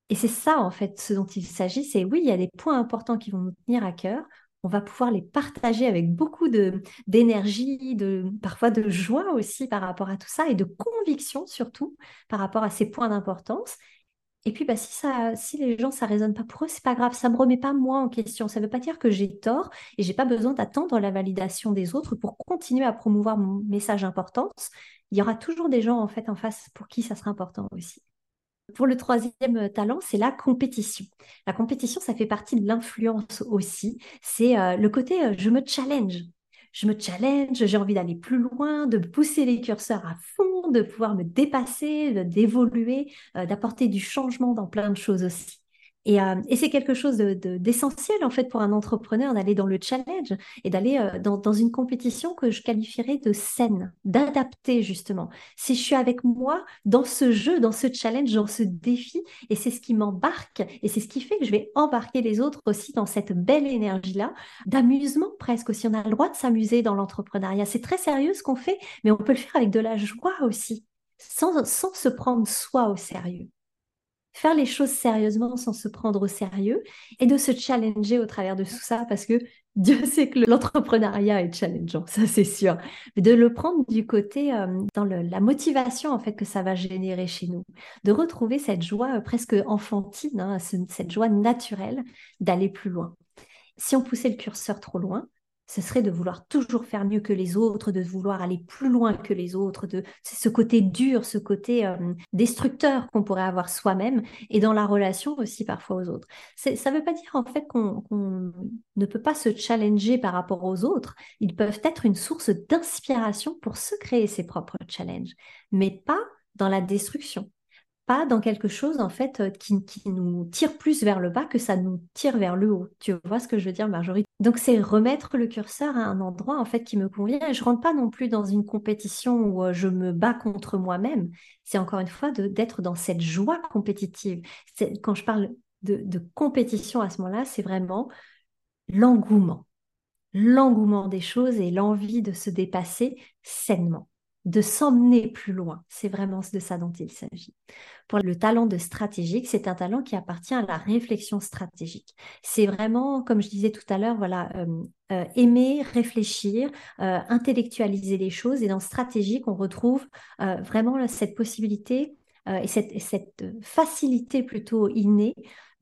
S2: Et c'est ça, en fait, ce dont il s'agit, c'est oui, il y a des points importants qui vont nous tenir à cœur. On va pouvoir les partager avec beaucoup de, d'énergie, de, parfois de joie aussi par rapport à tout ça et de conviction surtout par rapport à ces points d'importance. Et puis, bah, si ça, si les gens, ça résonne pas pour eux, c'est pas grave, ça me remet pas moi en question. Ça veut pas dire que j'ai tort et j'ai pas besoin d'attendre la validation des autres pour continuer à promouvoir mon message d'importance. Il y aura toujours des gens, en fait, en face pour qui ça sera important aussi. Pour le troisième euh, talent, c'est la compétition. La compétition, ça fait partie de l'influence aussi. C'est euh, le côté euh, je me challenge. Je me challenge, j'ai envie d'aller plus loin, de pousser les curseurs à fond, de pouvoir me dépasser, de- d'évoluer, euh, d'apporter du changement dans plein de choses aussi. Et, euh, et c'est quelque chose de, de- d'essentiel en fait pour un entrepreneur d'aller dans le challenge et d'aller euh, dans, dans une compétition que je qualifierais de saine, d'adapter justement. Si je suis avec moi dans ce jeu, dans ce challenge, dans ce défi, et c'est ce qui m'embarque, et c'est ce qui fait que je vais embarquer les autres aussi dans cette belle énergie-là, d'amusement presque aussi. On a le droit de s'amuser dans l'entrepreneuriat. C'est très sérieux ce qu'on fait, mais on peut le faire avec de la joie aussi, sans, sans se prendre soi au sérieux. Faire les choses sérieusement sans se prendre au sérieux et de se challenger au travers de tout ça parce que Dieu sait que l'entrepreneuriat est challengeant, ça c'est sûr. Mais de le prendre du côté euh, dans le- la motivation en fait que ça va générer chez nous, de retrouver cette joie euh, presque enfantine, hein, ce- cette joie naturelle d'aller plus loin. Si on poussait le curseur trop loin, ce serait de vouloir toujours faire mieux que les autres, de vouloir aller plus loin que les autres, de c'est ce côté dur, ce côté euh, destructeur qu'on pourrait avoir soi-même et dans la relation aussi parfois aux autres. C'est- ça ne veut pas dire en fait qu'on qu'on ne peut pas se challenger par rapport aux autres. Ils peuvent être une source d'inspiration pour se créer ses propres challenges, mais pas dans la destruction, pas dans quelque chose en fait euh, qui, qui nous tire plus vers le bas que ça nous tire vers le haut. Tu vois ce que je veux dire, Marjorie? Donc c'est remettre le curseur à un endroit en fait qui me convient. Et je rentre pas non plus dans une compétition où euh, je me bats contre moi-même. C'est encore une fois de- d'être dans cette joie compétitive. C'est- Quand je parle de, de compétition à ce moment-là, c'est vraiment l'engouement l'engouement des choses et l'envie de se dépasser sainement, de s'emmener plus loin. C'est vraiment de ça dont il s'agit. Pour le talent de stratégique, c'est un talent qui appartient à la réflexion stratégique. C'est vraiment, comme je disais tout à l'heure, voilà, euh, euh, aimer, réfléchir, euh, intellectualiser les choses. Et dans stratégique, on retrouve euh, vraiment là, cette possibilité euh, et cette, et cette facilité plutôt innée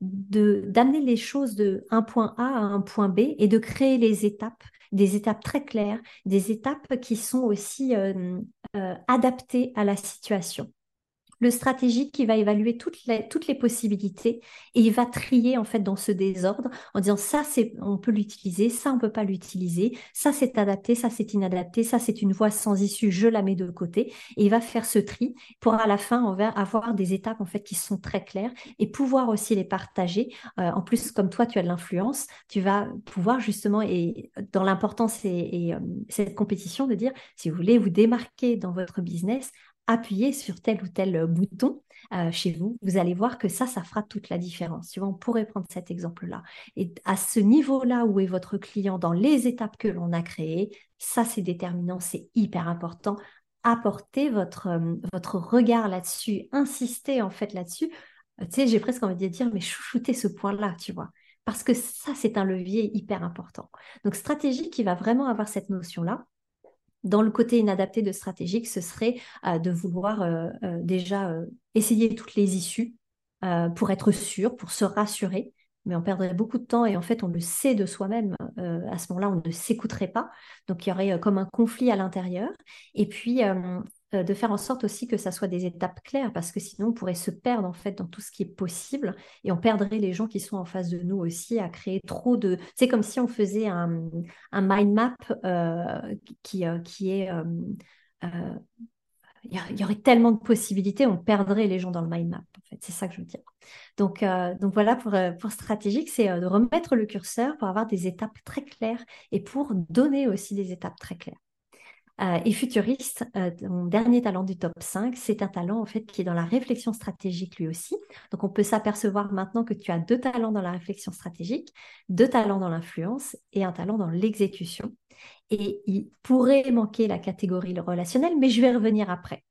S2: de d'amener les choses de un point A à un point B et de créer les étapes, des étapes très claires, des étapes qui sont aussi euh, euh, adaptées à la situation. Le stratégique qui va évaluer toutes les, toutes les possibilités et il va trier en fait dans ce désordre en disant ça c'est on peut l'utiliser, ça on peut pas l'utiliser, ça c'est adapté, ça c'est inadapté, ça c'est une voie sans issue, je la mets de côté et il va faire ce tri pour à la fin on va avoir des étapes en fait qui sont très claires et pouvoir aussi les partager. Euh, en plus comme toi tu as de l'influence, tu vas pouvoir justement et dans l'importance et, et euh, cette compétition de dire si vous voulez vous démarquer dans votre business appuyez sur tel ou tel euh, bouton euh, chez vous, vous allez voir que ça, ça fera toute la différence. Tu vois, on pourrait prendre cet exemple-là. Et à ce niveau-là où est votre client dans les étapes que l'on a créées, ça, c'est déterminant, c'est hyper important. Apportez votre, euh, votre regard là-dessus, insistez en fait là-dessus. Euh, tu sais, j'ai presque envie de dire, mais chouchoutez ce point-là, tu vois. Parce que ça, c'est un levier hyper important. Donc, stratégie qui va vraiment avoir cette notion-là. Dans le côté inadapté de stratégique, ce serait euh, de vouloir euh, euh, déjà euh, essayer toutes les issues euh, pour être sûr, pour se rassurer. Mais on perdrait beaucoup de temps et en fait, on le sait de soi-même. Euh, à ce moment-là, on ne s'écouterait pas. Donc, il y aurait euh, comme un conflit à l'intérieur. Et puis, euh, euh, de faire en sorte aussi que ça soit des étapes claires parce que sinon, on pourrait se perdre en fait dans tout ce qui est possible et on perdrait les gens qui sont en face de nous aussi à créer trop de... C'est comme si on faisait un, un mind map euh, qui, euh, qui est... euh, euh, il y, a- il y aurait tellement de possibilités, on perdrait les gens dans le mind map, en fait. C'est ça que je veux dire. Donc, euh, donc voilà, pour, euh, pour stratégique, c'est euh, de remettre le curseur pour avoir des étapes très claires et pour donner aussi des étapes très claires. Euh, et futuriste, euh, mon dernier talent du top cinq, c'est un talent en fait qui est dans la réflexion stratégique lui aussi. Donc on peut s'apercevoir maintenant que tu as deux talents dans la réflexion stratégique, deux talents dans l'influence et un talent dans l'exécution. Et il pourrait manquer la catégorie relationnelle, mais je vais revenir après.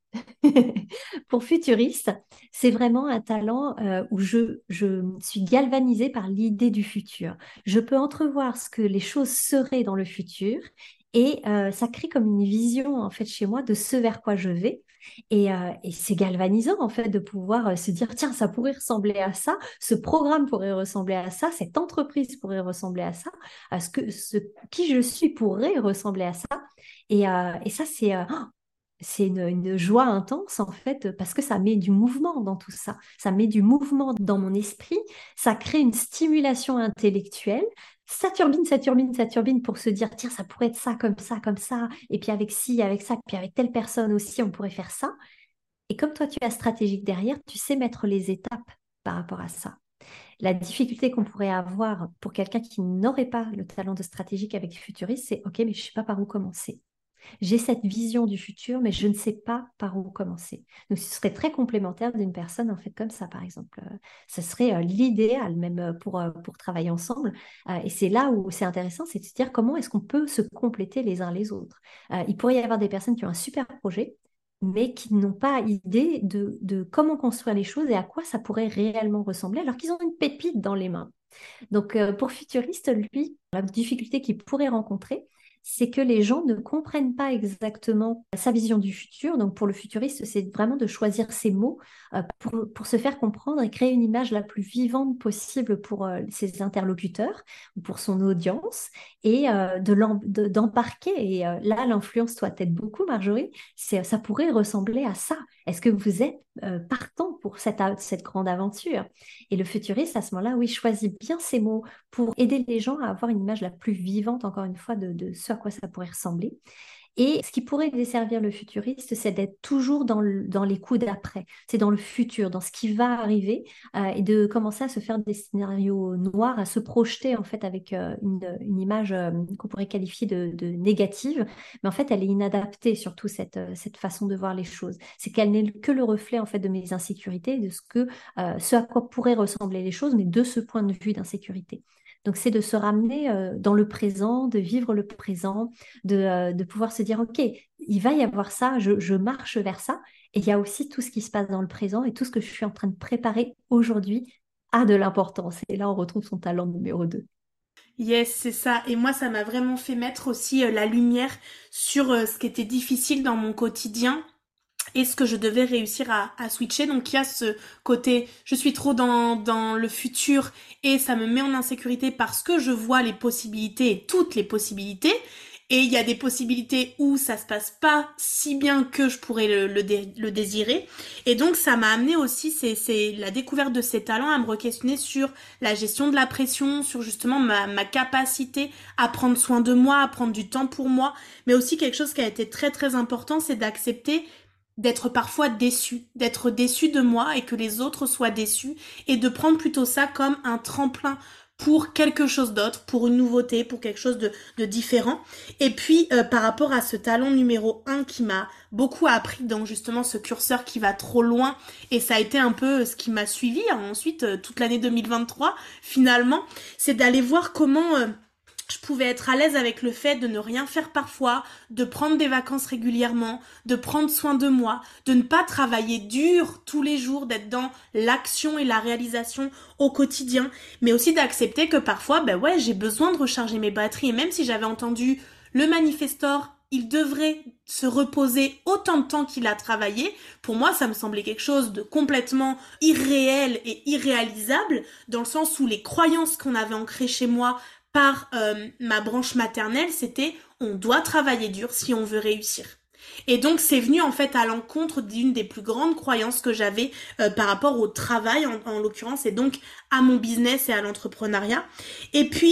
S2: Pour futuriste, c'est vraiment un talent euh, où je, je suis galvanisée par l'idée du futur. Je peux entrevoir ce que les choses seraient dans le futur et euh, ça crée comme une vision en fait chez moi de ce vers quoi je vais. Et, euh, et c'est galvanisant en fait de pouvoir euh, se dire, tiens, ça pourrait ressembler à ça, ce programme pourrait ressembler à ça, cette entreprise pourrait ressembler à ça, à ce que ce, qui je suis pourrait ressembler à ça. Et, euh, et ça, c'est euh, c'est une, une joie intense en fait parce que ça met du mouvement dans tout ça. Ça met du mouvement dans mon esprit, ça crée une stimulation intellectuelle. Ça turbine, ça turbine, ça turbine pour se dire, tiens, ça pourrait être ça, comme ça, comme ça. Et puis avec ci, avec ça, puis avec telle personne aussi, on pourrait faire ça. Et comme toi, tu es stratégique derrière, tu sais mettre les étapes par rapport à ça. La difficulté qu'on pourrait avoir pour quelqu'un qui n'aurait pas le talent de stratégique avec futuriste, c'est, OK, mais je ne sais pas par où commencer. J'ai cette vision du futur, mais je ne sais pas par où commencer. Donc, ce serait très complémentaire d'une personne en fait comme ça, par exemple. Euh, ce serait euh, l'idéal même euh, pour, euh, pour travailler ensemble. Euh, et c'est là où c'est intéressant, c'est de se dire comment est-ce qu'on peut se compléter les uns les autres. Euh, il pourrait y avoir des personnes qui ont un super projet, mais qui n'ont pas idée de, de comment construire les choses et à quoi ça pourrait réellement ressembler, alors qu'ils ont une pépite dans les mains. Donc, euh, pour Futuriste, lui, la difficulté qu'il pourrait rencontrer, c'est que les gens ne comprennent pas exactement sa vision du futur. Donc, pour le futuriste, c'est vraiment de choisir ses mots euh, pour, pour se faire comprendre et créer une image la plus vivante possible pour euh, ses interlocuteurs ou pour son audience et euh, de l'em- de- d'embarquer. Et euh, là, l'influence, toi, t'aide beaucoup, Marjorie. C'est, ça pourrait ressembler à ça. Est-ce que vous êtes euh, partant pour cette, a- cette grande aventure? Et le futuriste, à ce moment-là, oui, choisit bien ses mots pour aider les gens à avoir une image la plus vivante, encore une fois, de, de ce à quoi ça pourrait ressembler. Et ce qui pourrait desservir le futuriste, c'est d'être toujours dans, le- dans les coups d'après, c'est dans le futur, dans ce qui va arriver, euh, et de commencer à se faire des scénarios noirs, à se projeter en fait avec euh, une, une image euh, qu'on pourrait qualifier de, de négative, mais en fait elle est inadaptée surtout cette, euh, cette façon de voir les choses. C'est qu'elle n'est que le reflet en fait de mes insécurités, de ce que, euh, ce à quoi pourraient ressembler les choses, mais de ce point de vue d'insécurité. Donc c'est de se ramener euh, dans le présent, de vivre le présent, de, euh, de pouvoir se dire, OK, il va y avoir ça, je, je marche vers ça. Et il y a aussi tout ce qui se passe dans le présent et tout ce que je suis en train de préparer aujourd'hui a de l'importance. Et là, on retrouve son talent numéro deux.
S1: Yes, c'est ça. Et moi, ça m'a vraiment fait mettre aussi euh, la lumière sur euh, ce qui était difficile dans mon quotidien et ce que je devais réussir à, à switcher. Donc il y a ce côté, je suis trop dans, dans le futur et ça me met en insécurité parce que je vois les possibilités et toutes les possibilités. Et il y a des possibilités où ça se passe pas si bien que je pourrais le, le, dé- le désirer. Et donc ça m'a amené aussi, c'est, c'est la découverte de ces talents à me re-questionner sur la gestion de la pression, sur justement ma, ma capacité à prendre soin de moi, à prendre du temps pour moi. Mais aussi quelque chose qui a été très très important, c'est d'accepter d'être parfois déçu, d'être déçu de moi et que les autres soient déçus et de prendre plutôt ça comme un tremplin pour quelque chose d'autre, pour une nouveauté, pour quelque chose de, de différent. Et puis euh, par rapport à ce talent numéro un qui m'a beaucoup appris dans justement ce curseur qui va trop loin et ça a été un peu ce qui m'a suivi hein, ensuite euh, toute l'année deux mille vingt-trois finalement, c'est d'aller voir comment euh, je pouvais être à l'aise avec le fait de ne rien faire parfois, de prendre des vacances régulièrement, de prendre soin de moi, de ne pas travailler dur tous les jours, d'être dans l'action et la réalisation au quotidien, mais aussi d'accepter que parfois, ben ouais, j'ai besoin de recharger mes batteries et même si j'avais entendu le manifestor, il devrait se reposer autant de temps qu'il a travaillé. Pour moi, ça me semblait quelque chose de complètement irréel et irréalisable, dans le sens où les croyances qu'on avait ancrées chez moi par euh, ma branche maternelle, c'était on doit travailler dur si on veut réussir. Et donc c'est venu en fait à l'encontre d'une des plus grandes croyances que j'avais euh, par rapport au travail en, en l'occurrence et donc à mon business et à l'entrepreneuriat. Et puis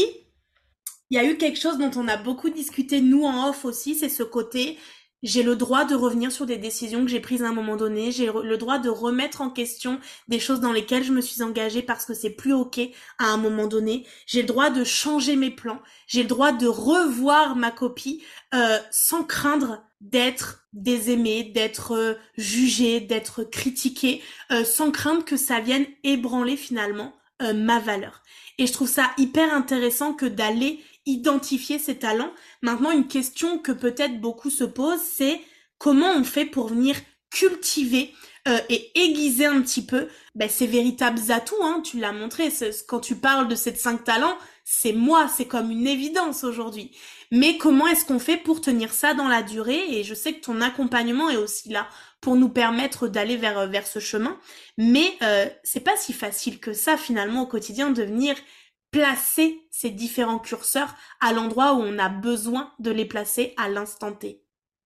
S1: il y a eu quelque chose dont on a beaucoup discuté nous en off aussi, c'est ce côté j'ai le droit de revenir sur des décisions que j'ai prises à un moment donné, j'ai le droit de remettre en question des choses dans lesquelles je me suis engagée parce que c'est plus ok à un moment donné, j'ai le droit de changer mes plans, j'ai le droit de revoir ma copie euh, sans craindre d'être désaimée, d'être euh, jugée, d'être critiquée, euh, sans craindre que ça vienne ébranler finalement euh, ma valeur. Et je trouve ça hyper intéressant que d'aller identifier ses talents. Maintenant, une question que peut-être beaucoup se posent, c'est comment on fait pour venir cultiver euh, et aiguiser un petit peu ben, ces véritables atouts, hein, tu l'as montré, c'est- quand tu parles de ces cinq talents, c'est moi, c'est comme une évidence aujourd'hui. Mais comment est-ce qu'on fait pour tenir ça dans la durée? Et je sais que ton accompagnement est aussi là pour nous permettre d'aller vers, vers ce chemin. Mais euh, c'est pas si facile que ça finalement au quotidien de venir placer ces différents curseurs à l'endroit où on a besoin de les placer à l'instant T.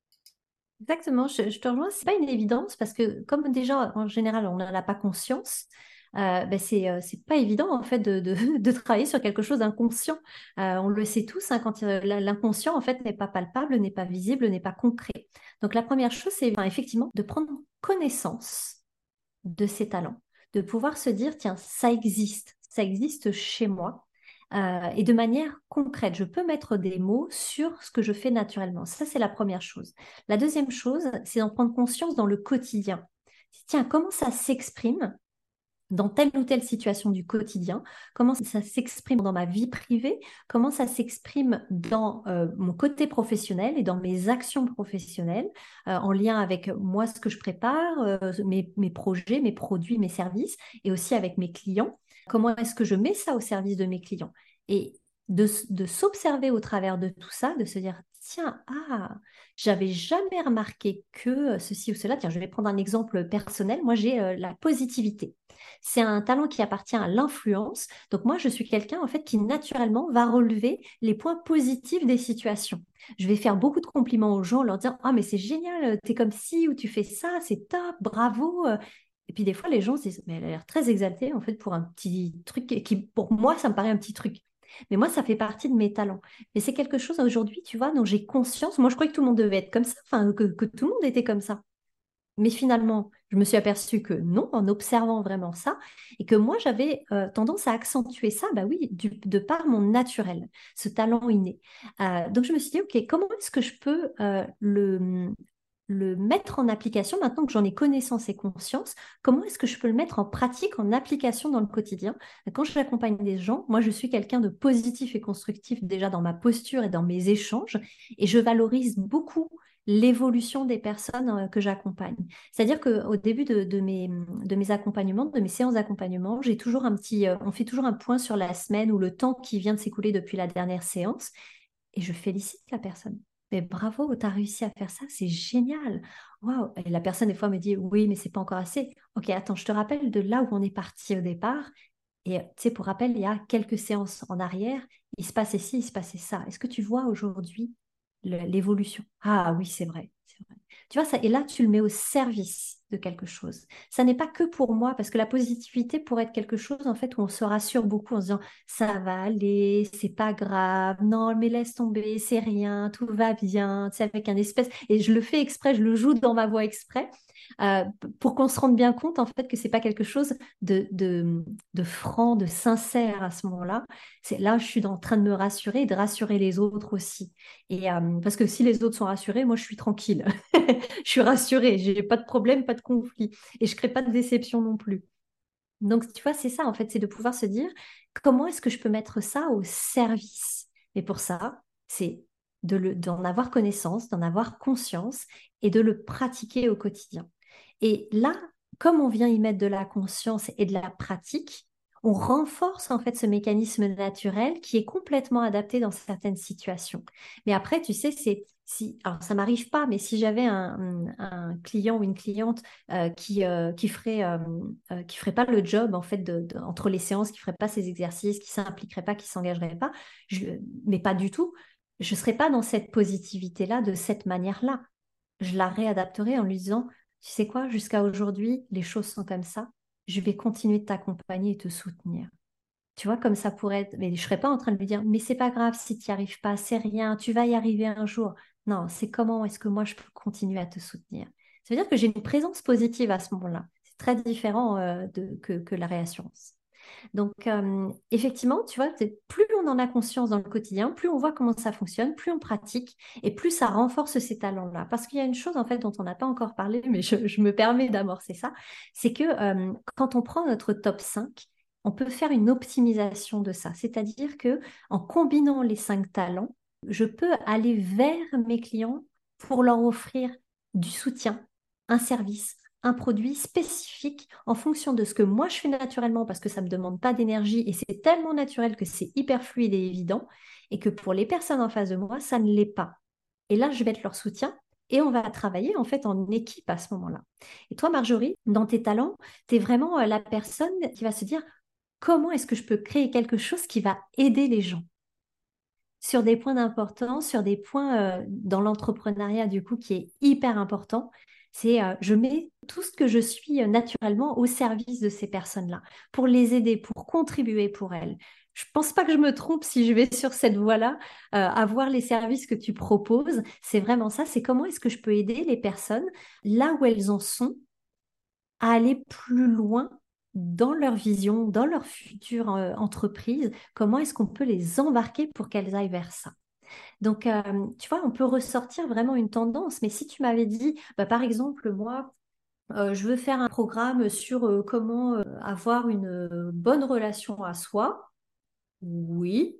S2: Exactement, je, je te rejoins, c'est pas une évidence parce que comme déjà en général on n'en a pas conscience, euh, ben c'est euh, c'est pas évident en fait de, de, de travailler sur quelque chose d'inconscient. Euh, on le sait tous, hein, quand euh, la- l'inconscient en fait n'est pas palpable, n'est pas visible, n'est pas concret. Donc la première chose c'est enfin, effectivement de prendre connaissance de ses talents, de pouvoir se dire tiens ça existe, ça existe chez moi. Euh, et de manière concrète, je peux mettre des mots sur ce que je fais naturellement. Ça, c'est la première chose. La deuxième chose, c'est d'en prendre conscience dans le quotidien. Tiens, comment ça s'exprime dans telle ou telle situation du quotidien, comment ça s'exprime dans ma vie privée, comment ça s'exprime dans euh, mon côté professionnel et dans mes actions professionnelles, euh, en lien avec moi, ce que je prépare, euh, mes, mes projets, mes produits, mes services, et aussi avec mes clients. Comment est-ce que je mets ça au service de mes clients? Et de, de s'observer au travers de tout ça, de se dire, tiens, ah, j'avais jamais remarqué que ceci ou cela. Tiens, je vais prendre un exemple personnel. Moi, j'ai euh, la positivité. C'est un talent qui appartient à l'influence. Donc moi, je suis quelqu'un en fait qui naturellement va relever les points positifs des situations. Je vais faire beaucoup de compliments aux gens en leur disant «Ah mais c'est génial, t'es comme ci ou tu fais ça, c'est top, bravo». Et puis des fois, les gens se disent «Mais elle a l'air très exaltée en fait pour un petit truc qui, pour moi, ça me paraît un petit truc». Mais moi, ça fait partie de mes talents. Mais c'est quelque chose aujourd'hui, tu vois, dont j'ai conscience. Moi, je croyais que tout le monde devait être comme ça, enfin, que, que tout le monde était comme ça. Mais finalement, je me suis aperçue que non, en observant vraiment ça, et que moi, j'avais euh, tendance à accentuer ça, bah oui, du- de par mon naturel, ce talent inné. Euh, donc, je me suis dit, OK, comment est-ce que je peux euh, le, le mettre en application maintenant que j'en ai connaissance et conscience? Comment est-ce que je peux le mettre en pratique, en application dans le quotidien? Quand j'accompagne des gens, moi, je suis quelqu'un de positif et constructif déjà dans ma posture et dans mes échanges, et je valorise beaucoup l'évolution des personnes euh, que j'accompagne. C'est-à-dire qu'au début de, de mes, de mes accompagnements, de mes séances d'accompagnement, j'ai toujours un petit, euh, on fait toujours un point sur la semaine ou le temps qui vient de s'écouler depuis la dernière séance et je félicite la personne. Mais bravo, tu as réussi à faire ça, c'est génial. Waouh. Et la personne, des fois, me dit oui, mais c'est pas encore assez. Ok, attends, je te rappelle de là où on est parti au départ. Et tu sais, pour rappel, il y a quelques séances en arrière, il se passait ci, il se passait ça. Est-ce que tu vois aujourd'hui le- l'évolution? Ah oui, c'est vrai, c'est vrai. Tu vois, ça, et là, tu le mets au service de quelque chose. Ça n'est pas que pour moi, parce que la positivité pourrait être quelque chose, en fait, où on se rassure beaucoup en se disant, ça va aller, c'est pas grave, non, mais laisse tomber, c'est rien, tout va bien, tu sais, avec un espèce, et je le fais exprès, je le joue dans ma voix exprès, euh, pour qu'on se rende bien compte, en fait, que c'est pas quelque chose de, de, de franc, de sincère à ce moment-là. C'est là, je suis en train de me rassurer et de rassurer les autres aussi. Et euh, parce que si les autres sont rassurés, moi, je suis tranquille. Je suis rassurée, j'ai pas de problème, pas de conflit. Et je crée pas de déception non plus. Donc, tu vois, c'est ça, en fait, c'est de pouvoir se dire comment est-ce que je peux mettre ça au service. Et pour ça, c'est de le- d'en avoir connaissance, d'en avoir conscience et de le pratiquer au quotidien. Et là, comme on vient y mettre de la conscience et de la pratique, on renforce en fait ce mécanisme naturel qui est complètement adapté dans certaines situations. Mais après, tu sais, c'est si, alors ça m'arrive pas, mais si j'avais un, un- un client ou une cliente euh, qui euh, qui ferait euh, euh, qui ferait pas le job en fait de, de- entre les séances, qui ferait pas ces exercices, qui s'impliquerait pas, qui s'engagerait pas, je, mais pas du tout, je serais pas dans cette positivité là de cette manière-là. Je la réadapterais en lui disant tu sais quoi, jusqu'à aujourd'hui, les choses sont comme ça. Je vais continuer de t'accompagner et te soutenir. Tu vois, comme ça pourrait être. Mais je ne serais pas en train de lui dire, mais c'est pas grave si tu n'y arrives pas, c'est rien, tu vas y arriver un jour. Non, c'est comment est-ce que moi je peux continuer à te soutenir. Ça veut dire que j'ai une présence positive à ce moment-là. C'est très différent euh, de, que, que la réassurance. Donc, euh, effectivement, tu vois, c'est- plus on en a conscience dans le quotidien, plus on voit comment ça fonctionne, plus on pratique et plus ça renforce ces talents-là. Parce qu'il y a une chose, en fait, dont on n'a pas encore parlé, mais je, je me permets d'amorcer ça, c'est que euh, quand on prend notre top cinq, on peut faire une optimisation de ça. C'est-à-dire que en combinant les cinq talents, je peux aller vers mes clients pour leur offrir du soutien, un service, un produit spécifique en fonction de ce que moi je fais naturellement parce que ça ne me demande pas d'énergie et c'est tellement naturel que c'est hyper fluide et évident et que pour les personnes en face de moi, ça ne l'est pas. Et là, je vais être leur soutien et on va travailler en fait en équipe à ce moment-là. Et toi, Marjorie, dans tes talents, tu es vraiment euh, la personne qui va se dire comment est-ce que je peux créer quelque chose qui va aider les gens sur des points d'importance, sur des points euh, dans l'entrepreneuriat du coup qui est hyper important. C'est euh, je mets tout ce que je suis euh, naturellement au service de ces personnes-là pour les aider, pour contribuer pour elles. Je pense pas que je me trompe si je vais sur cette voie-là, euh, avoir les services que tu proposes. C'est vraiment ça. C'est comment est-ce que je peux aider les personnes là où elles en sont à aller plus loin dans leur vision, dans leur future euh, entreprise, comment est-ce qu'on peut les embarquer pour qu'elles aillent vers ça. Donc, euh, tu vois, on peut ressortir vraiment une tendance, mais si tu m'avais dit, bah, par exemple, moi, euh, je veux faire un programme sur euh, comment euh, avoir une euh, bonne relation à soi, oui,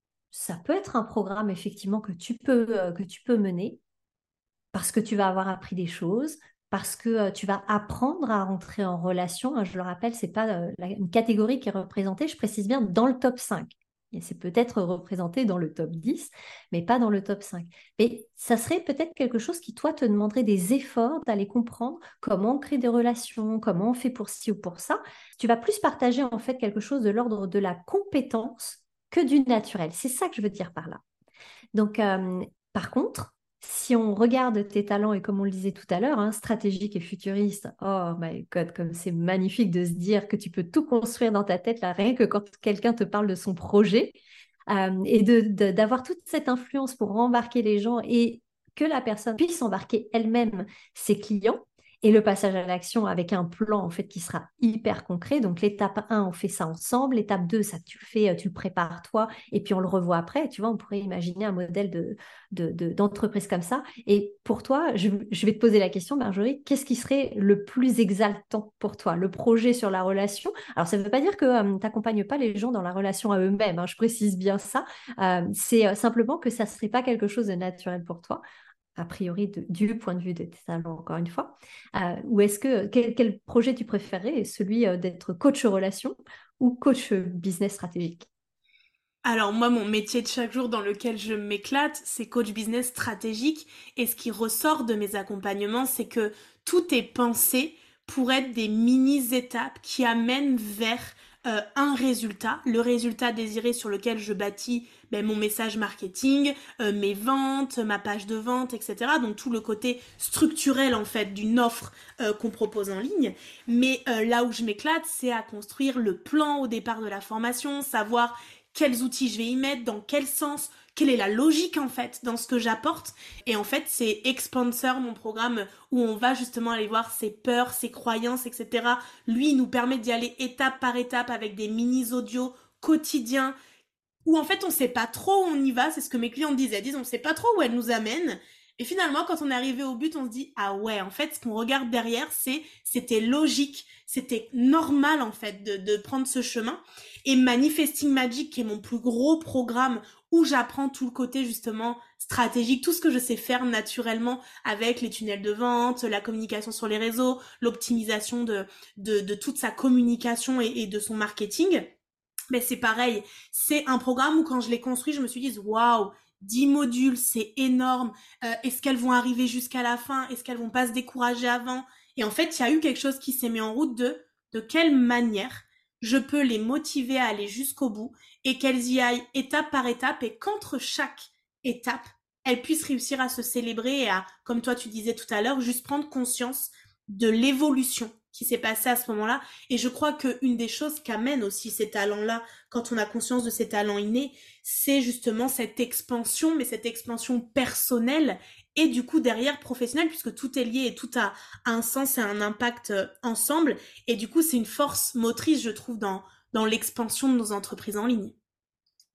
S2: ça peut être un programme effectivement que tu peux, euh, que tu peux mener parce que tu vas avoir appris des choses, parce que euh, tu vas apprendre à rentrer en relation. Hein, je le rappelle, c'est pas euh, la- une catégorie qui est représentée, je précise bien, dans le top cinq. Et c'est peut-être représenté dans le top dix, mais pas dans le top cinq. Mais ça serait peut-être quelque chose qui, toi, te demanderait des efforts d'aller comprendre comment on crée des relations, comment on fait pour ci ou pour ça. Tu vas plus partager en fait quelque chose de l'ordre de la compétence que du naturel. C'est ça que je veux dire par là. Donc, euh, par contre, si on regarde tes talents et comme on le disait tout à l'heure, hein, stratégique et futuriste, oh my God, comme c'est magnifique de se dire que tu peux tout construire dans ta tête, là, rien que quand quelqu'un te parle de son projet, euh, et de, de- d'avoir toute cette influence pour embarquer les gens et que la personne puisse embarquer elle-même ses clients. Et le passage à l'action avec un plan en fait qui sera hyper concret. Donc l'étape un, on fait ça ensemble. L'étape deux, ça tu le fais, tu le prépares toi et puis on le revoit après. Tu vois, on pourrait imaginer un modèle de, de- de- d'entreprise comme ça. Et pour toi, je, je vais te poser la question, Marjorie, qu'est-ce qui serait le plus exaltant pour toi? Le projet sur la relation? Alors ça ne veut pas dire que tu n'accompagnes pas les gens dans la relation à eux-mêmes, hein, je précise bien ça. Euh, c'est euh, simplement que ça ne serait pas quelque chose de naturel pour toi a priori de- du point de vue de tes talents, encore une fois. Euh, ou est-ce que quel, quel projet tu préférais, celui euh, d'être coach relation ou coach euh, business stratégique?
S1: Alors moi, mon métier de chaque jour dans lequel je m'éclate, c'est coach business stratégique. Et ce qui ressort de mes accompagnements, c'est que tout est pensé pour être des mini-étapes qui amènent vers euh, un résultat, le résultat désiré sur lequel je bâtis ben, mon message marketing, euh, mes ventes, ma page de vente, et cetera. Donc tout le côté structurel en fait d'une offre euh, qu'on propose en ligne. Mais euh, là où je m'éclate, c'est à construire le plan au départ de la formation, savoir quels outils je vais y mettre, dans quel sens, quelle est la logique en fait dans ce que j'apporte. Et en fait, c'est Expansor, mon programme, où on va justement aller voir ses peurs, ses croyances, et cetera. Lui, il nous permet d'y aller étape par étape avec des mini-audios quotidiens, où en fait, on sait pas trop où on y va. C'est ce que mes clients disaient. Elles disent, on sait pas trop où elle nous amène. Et finalement, quand on est arrivé au but, on se dit, ah ouais, en fait, ce qu'on regarde derrière, c'est, c'était logique, c'était normal, en fait, de, de prendre ce chemin. Et Manifesting Magic, qui est mon plus gros programme, où j'apprends tout le côté, justement, stratégique, tout ce que je sais faire naturellement avec les tunnels de vente, la communication sur les réseaux, l'optimisation de, de, de toute sa communication et, et de son marketing. Mais c'est pareil, c'est un programme où quand je l'ai construit, je me suis dit, waouh, dix modules, c'est énorme. Euh, est-ce qu'elles vont arriver jusqu'à la fin? Est-ce qu'elles vont pas se décourager avant? Et en fait, il y a eu quelque chose qui s'est mis en route de de quelle manière je peux les motiver à aller jusqu'au bout et qu'elles y aillent étape par étape et qu'entre chaque étape, elles puissent réussir à se célébrer et à, comme toi tu disais tout à l'heure, juste prendre conscience de l'évolution qui s'est passée à ce moment-là. Et je crois qu'une des choses qu'amènent aussi ces talents-là, quand on a conscience de ces talents innés, c'est justement cette expansion, mais cette expansion personnelle et du coup derrière professionnelle, puisque tout est lié et tout a un sens et un impact euh, ensemble. Et du coup, c'est une force motrice, je trouve, dans, dans l'expansion de nos entreprises en ligne.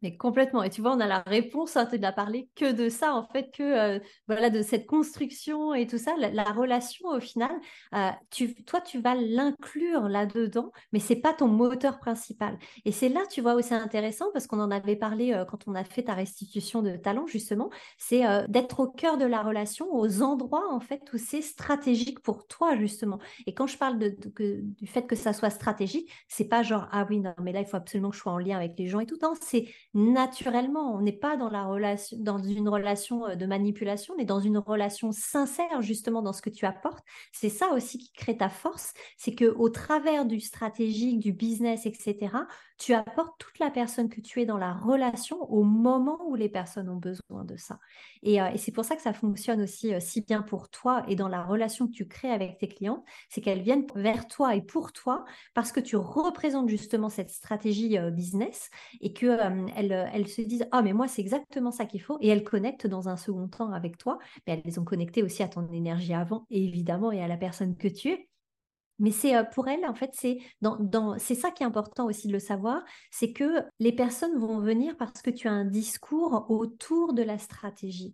S2: Mais complètement. Et tu vois, on a la réponse, hein, tu n'as parlé que de ça, en fait, que euh, voilà, de cette construction et tout ça, la, la relation au final, euh, tu, toi, tu vas l'inclure là-dedans, mais c'est pas ton moteur principal. Et c'est là, tu vois, où c'est intéressant parce qu'on en avait parlé euh, quand on a fait ta restitution de talent, justement, c'est euh, d'être au cœur de la relation, aux endroits, en fait, où c'est stratégique pour toi, justement. Et quand je parle de, de- que- du fait que ça soit stratégique, c'est pas genre, ah oui, non, mais là, il faut absolument que je sois en lien avec les gens et tout. Non, c'est naturellement. On n'est pas dans la relation, dans une relation euh, de manipulation, mais dans une relation sincère, justement, dans ce que tu apportes. C'est ça aussi qui crée ta force, c'est que au travers du stratégique, du business, et cetera, tu apportes toute la personne que tu es dans la relation au moment où les personnes ont besoin de ça. Et, euh, et c'est pour ça que ça fonctionne aussi euh, si bien pour toi et dans la relation que tu crées avec tes clients, c'est qu'elles viennent vers toi et pour toi parce que tu représentes justement cette stratégie euh, business et que euh, elles, elles se disent ah mais moi c'est exactement ça qu'il faut et elles connectent dans un second temps avec toi, mais elles ont connecté aussi à ton énergie avant évidemment et à la personne que tu es. Mais c'est euh, pour elles, en fait, c'est dans, dans, c'est ça qui est important aussi de le savoir, c'est que les personnes vont venir parce que tu as un discours autour de la stratégie.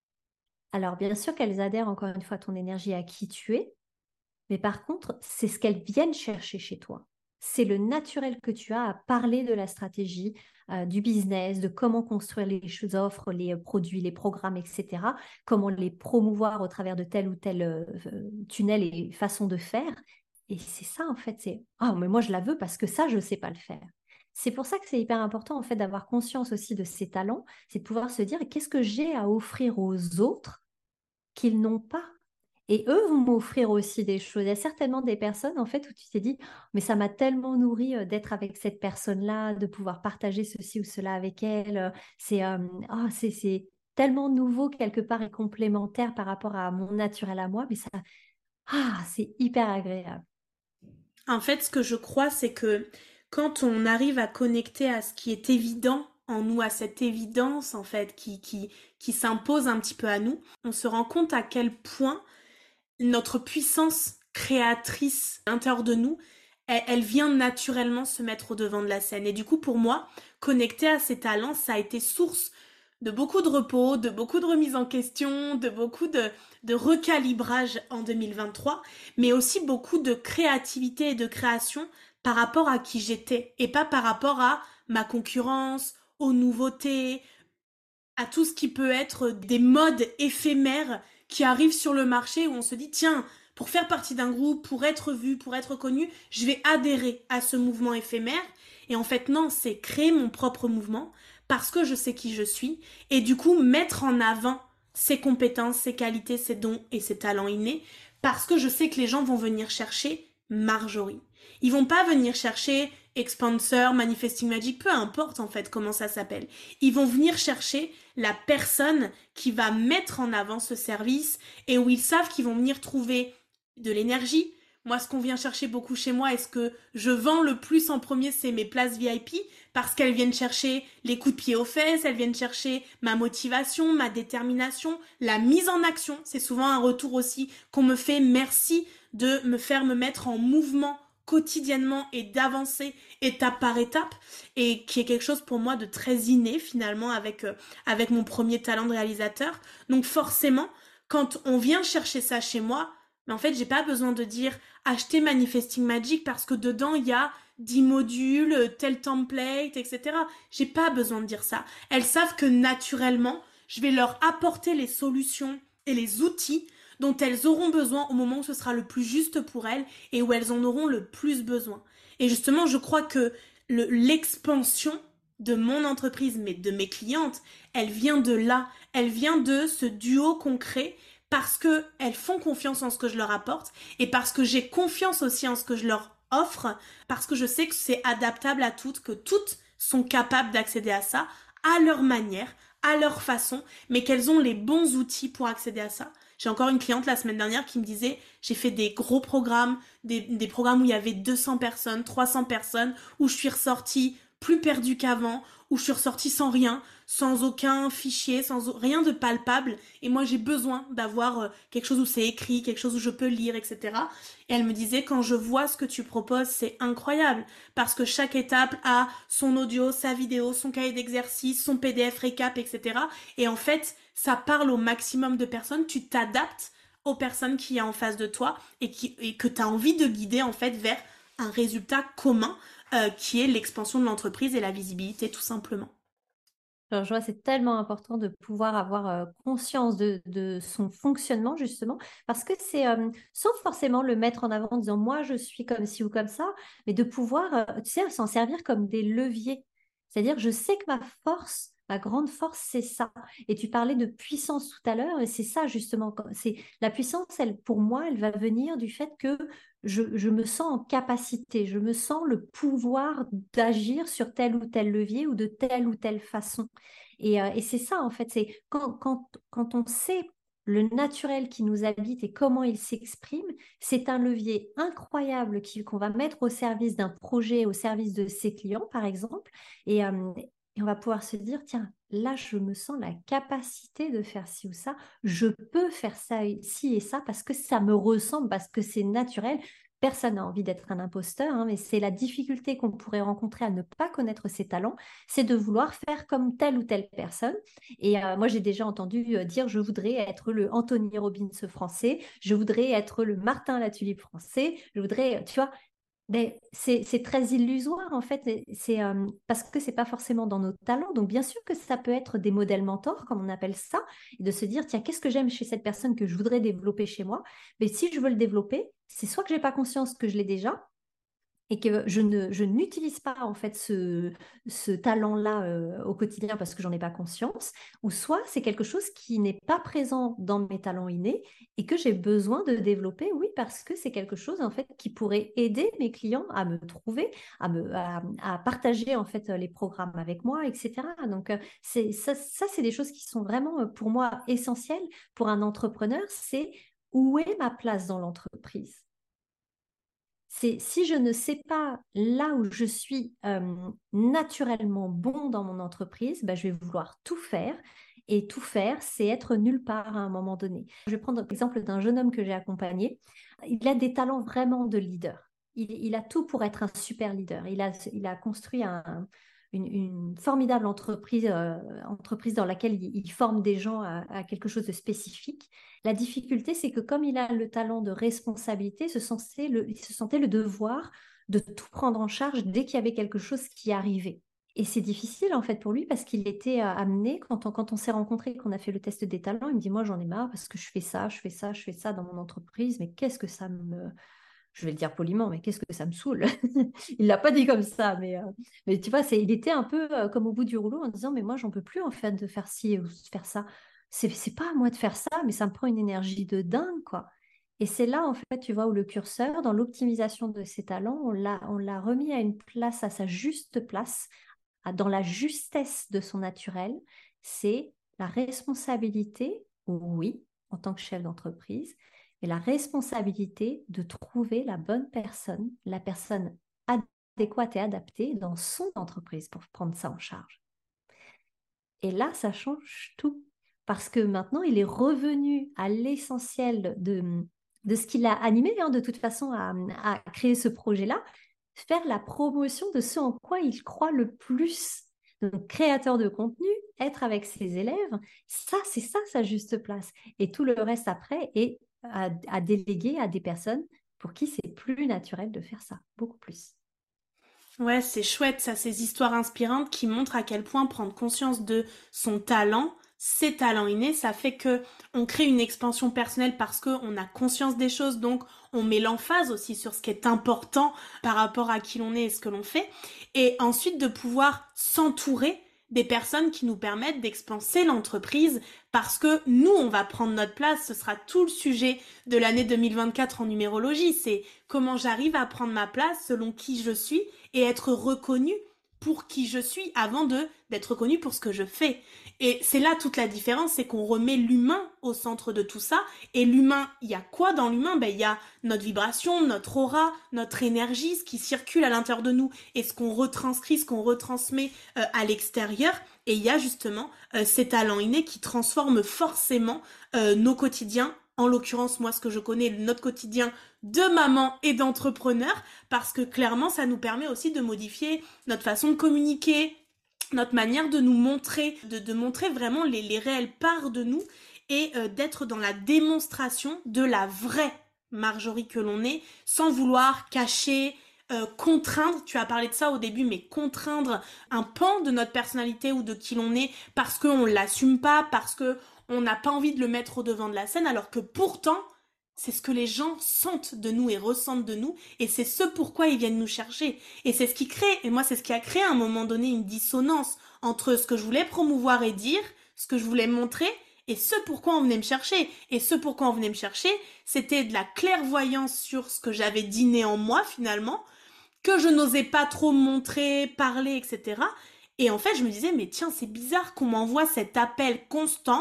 S2: Alors, bien sûr qu'elles adhèrent encore une fois à ton énergie, à qui tu es, mais par contre, c'est ce qu'elles viennent chercher chez toi. C'est le naturel que tu as à parler de la stratégie, euh, du business, de comment construire les choses, offres, les euh, produits, les programmes, et cetera. Comment les promouvoir au travers de tel ou tel euh, euh, tunnel et façon de faire. Et c'est ça, en fait, c'est ah, mais moi je la veux parce que ça, je ne sais pas le faire. C'est pour ça que c'est hyper important, en fait, d'avoir conscience aussi de ses talents, c'est de pouvoir se dire qu'est-ce que j'ai à offrir aux autres qu'ils n'ont pas. Et eux vont m'offrir aussi des choses. Il y a certainement des personnes, en fait, où tu t'es dit, mais ça m'a tellement nourri euh, d'être avec cette personne-là, de pouvoir partager ceci ou cela avec elle. Euh, C'est euh, ah, c'est, c'est tellement nouveau quelque part et complémentaire par rapport à mon naturel à moi, mais ça, ah, c'est hyper agréable.
S1: En fait, ce que je crois, c'est que quand on arrive à connecter à ce qui est évident en nous, à cette évidence en fait qui, qui, qui s'impose un petit peu à nous, on se rend compte à quel point notre puissance créatrice à l'intérieur de nous, elle, elle vient naturellement se mettre au devant de la scène. Et du coup, pour moi, connecter à ces talents, ça a été source de beaucoup de repos, de beaucoup de remise en question, de beaucoup de, de recalibrage en deux mille vingt-trois, mais aussi beaucoup de créativité et de création par rapport à qui j'étais et pas par rapport à ma concurrence, aux nouveautés, à tout ce qui peut être des modes éphémères qui arrivent sur le marché où on se dit tiens, pour faire partie d'un groupe, pour être vu, pour être connu, je vais adhérer à ce mouvement éphémère. Et en fait non, c'est créer mon propre mouvement parce que je sais qui je suis et du coup mettre en avant ses compétences, ses qualités, ses dons et ses talents innés parce que je sais que les gens vont venir chercher Marjorie. Ils vont pas venir chercher Expanser, Manifesting Magic, peu importe en fait comment ça s'appelle. Ils vont venir chercher la personne qui va mettre en avant ce service et où ils savent qu'ils vont venir trouver de l'énergie. Moi, ce qu'on vient chercher beaucoup chez moi et ce que je vends le plus en premier, c'est mes places V I P parce qu'elles viennent chercher les coups de pied aux fesses, elles viennent chercher ma motivation, ma détermination, la mise en action. C'est souvent un retour aussi qu'on me fait. Merci de me faire me mettre en mouvement quotidiennement et d'avancer étape par étape et qui est quelque chose pour moi de très inné finalement avec, euh, avec mon premier talent de réalisateur. Donc forcément, quand on vient chercher ça chez moi, mais en fait j'ai pas besoin de dire acheter Manifesting Magic parce que dedans il y a dix modules, tel template, et cetera. J'ai pas besoin de dire ça. Elles savent que naturellement, je vais leur apporter les solutions et les outils dont elles auront besoin au moment où ce sera le plus juste pour elles et où elles en auront le plus besoin. Et justement, je crois que le, l'expansion de mon entreprise, mais de mes clientes, elle vient de là. Elle vient de ce duo concret parce que elles font confiance en ce que je leur apporte et parce que j'ai confiance aussi en ce que je leur offre, parce que je sais que c'est adaptable à toutes, que toutes sont capables d'accéder à ça à leur manière, à leur façon, mais qu'elles ont les bons outils pour accéder à ça. J'ai encore une cliente la semaine dernière qui me disait j'ai fait des gros programmes, des, des programmes où il y avait deux cents personnes, trois cents personnes, où je suis ressortie plus perdue qu'avant, où je suis ressortie sans rien, sans aucun fichier, sans rien de palpable. Et moi, j'ai besoin d'avoir euh, quelque chose où c'est écrit, quelque chose où je peux lire, et cetera. Et elle me disait, quand je vois ce que tu proposes, c'est incroyable. Parce que chaque étape a son audio, sa vidéo, son cahier d'exercice, son P D F récap, et cetera. Et en fait, ça parle au maximum de personnes. Tu t'adaptes aux personnes qu'il y a en face de toi et, qui, et que tu as envie de guider en fait vers un résultat commun euh, qui est l'expansion de l'entreprise et la visibilité tout simplement.
S2: Alors, je vois, c'est tellement important de pouvoir avoir euh, conscience de, de son fonctionnement, justement, parce que c'est, euh, sans forcément le mettre en avant en disant, moi, je suis comme ci ou comme ça, mais de pouvoir, euh, tu sais, s'en servir comme des leviers. C'est-à-dire, je sais que ma force, ma grande force, c'est ça. Et tu parlais de puissance tout à l'heure, et c'est ça, justement. C'est, la puissance, elle, pour moi, elle va venir du fait que je, je me sens en capacité, je me sens le pouvoir d'agir sur tel ou tel levier ou de telle ou telle façon. Et, euh, et c'est ça, en fait, c'est quand, quand, quand on sait le naturel qui nous habite et comment il s'exprime, c'est un levier incroyable qui- qu'on va mettre au service d'un projet, au service de ses clients, par exemple. Et, euh, et on va pouvoir se dire, tiens, là, je me sens la capacité de faire ci ou ça. Je peux faire ça, ci et ça, parce que ça me ressemble, parce que c'est naturel. Personne n'a envie d'être un imposteur, hein, mais c'est la difficulté qu'on pourrait rencontrer à ne pas connaître ses talents, c'est de vouloir faire comme telle ou telle personne. Et euh, moi, j'ai déjà entendu euh, dire, je voudrais être le Anthony Robbins français, je voudrais être le Martin Latulippe français, je voudrais, tu vois, mais c'est c'est très illusoire en fait, et c'est euh, parce que c'est pas forcément dans nos talents. Donc bien sûr que ça peut être des modèles mentors, comme on appelle ça, et de se dire tiens, qu'est-ce que j'aime chez cette personne que je voudrais développer chez moi? Mais si je veux le développer, c'est soit que j'ai pas conscience que je l'ai déjà, et que je ne, je n'utilise pas en fait ce, ce talent-là euh, au quotidien parce que j'en ai pas conscience, ou soit c'est quelque chose qui n'est pas présent dans mes talents innés et que j'ai besoin de développer, oui, parce que c'est quelque chose en fait qui pourrait aider mes clients à me trouver, à me, à, à partager en fait les programmes avec moi, et cetera. Donc euh, c'est ça, ça c'est des choses qui sont vraiment euh, pour moi essentielles pour un entrepreneur, c'est où est ma place dans l'entreprise? C'est si je ne sais pas là où je suis euh, naturellement bon dans mon entreprise, bah, je vais vouloir tout faire. Et tout faire, c'est être nulle part à un moment donné. Je vais prendre l'exemple d'un jeune homme que j'ai accompagné. Il a des talents vraiment de leader. Il, il a tout pour être un super leader. Il a, il a construit un, une, une formidable entreprise, euh, entreprise dans laquelle il, il forme des gens à, à quelque chose de spécifique. La difficulté, c'est que comme il a le talent de responsabilité, il se sentait le, il se sentait le devoir de tout prendre en charge dès qu'il y avait quelque chose qui arrivait. Et c'est difficile en fait pour lui parce qu'il était euh, amené, quand on, quand on s'est rencontrés, qu'on a fait le test des talents, il me dit, moi j'en ai marre parce que je fais ça, je fais ça, je fais ça dans mon entreprise, mais qu'est-ce que ça me... Je vais le dire poliment, mais qu'est-ce que ça me saoule. Il l'a pas dit comme ça, mais, euh, mais tu vois, c'est, il était un peu euh, comme au bout du rouleau en disant, mais moi j'en peux plus en fait de faire ci ou de faire ça. C'est, c'est pas à moi de faire ça, mais ça me prend une énergie de dingue, quoi. Et c'est là, en fait, tu vois, où le curseur, dans l'optimisation de ses talents, on l'a, on l'a remis à une place, à sa juste place, à- dans la justesse de son naturel. C'est la responsabilité, oui, en tant que chef d'entreprise, et la responsabilité de trouver la bonne personne, la personne adéquate et adaptée dans son entreprise pour prendre ça en charge. Et là, ça change tout. Parce que maintenant, il est revenu à l'essentiel de, de ce qu'il a animé, hein, de toute façon, à, à créer ce projet-là, faire la promotion de ce en quoi il croit le plus. Donc, créateur de contenu, être avec ses élèves, ça, c'est ça sa juste place. Et tout le reste après est à, à déléguer à des personnes pour qui c'est plus naturel de faire ça, beaucoup plus.
S1: Ouais, c'est chouette, ça, ces histoires inspirantes qui montrent à quel point prendre conscience de son talent, ses talents innés, ça fait que on crée une expansion personnelle parce que on a conscience des choses, donc on met l'emphase aussi sur ce qui est important par rapport à qui l'on est et ce que l'on fait, et ensuite de pouvoir s'entourer des personnes qui nous permettent d'expanser l'entreprise parce que nous, on va prendre notre place, ce sera tout le sujet de l'année deux mille vingt-quatre en numérologie, c'est comment j'arrive à prendre ma place selon qui je suis et être reconnue pour qui je suis avant de d'être reconnue pour ce que je fais. Et c'est là toute la différence, c'est qu'on remet l'humain au centre de tout ça. Et l'humain, il y a quoi dans l'humain? Ben, il y a notre vibration, notre aura, notre énergie, ce qui circule à l'intérieur de nous et ce qu'on retranscrit, ce qu'on retransmet euh, à l'extérieur. Et il y a justement euh, ces talents innés qui transforment forcément euh, nos quotidiens. En l'occurrence, moi, ce que je connais, notre quotidien de maman et d'entrepreneur, parce que clairement, ça nous permet aussi de modifier notre façon de communiquer, notre manière de nous montrer, de, de montrer vraiment les, les réelles parts de nous et euh, d'être dans la démonstration de la vraie Marjorie que l'on est, sans vouloir cacher, euh, contraindre, tu as parlé de ça au début, mais contraindre un pan de notre personnalité ou de qui l'on est parce qu'on l'assume pas, parce que on n'a pas envie de le mettre au devant de la scène, alors que pourtant, c'est ce que les gens sentent de nous et ressentent de nous, et c'est ce pourquoi ils viennent nous chercher. Et c'est ce qui crée, et moi c'est ce qui a créé à un moment donné une dissonance entre ce que je voulais promouvoir et dire, ce que je voulais montrer, et ce pourquoi on venait me chercher. Et ce pourquoi on venait me chercher, c'était de la clairvoyance sur ce que j'avais d'inné en moi finalement, que je n'osais pas trop montrer, parler, et cetera. Et en fait, je me disais, mais tiens, c'est bizarre qu'on m'envoie cet appel constant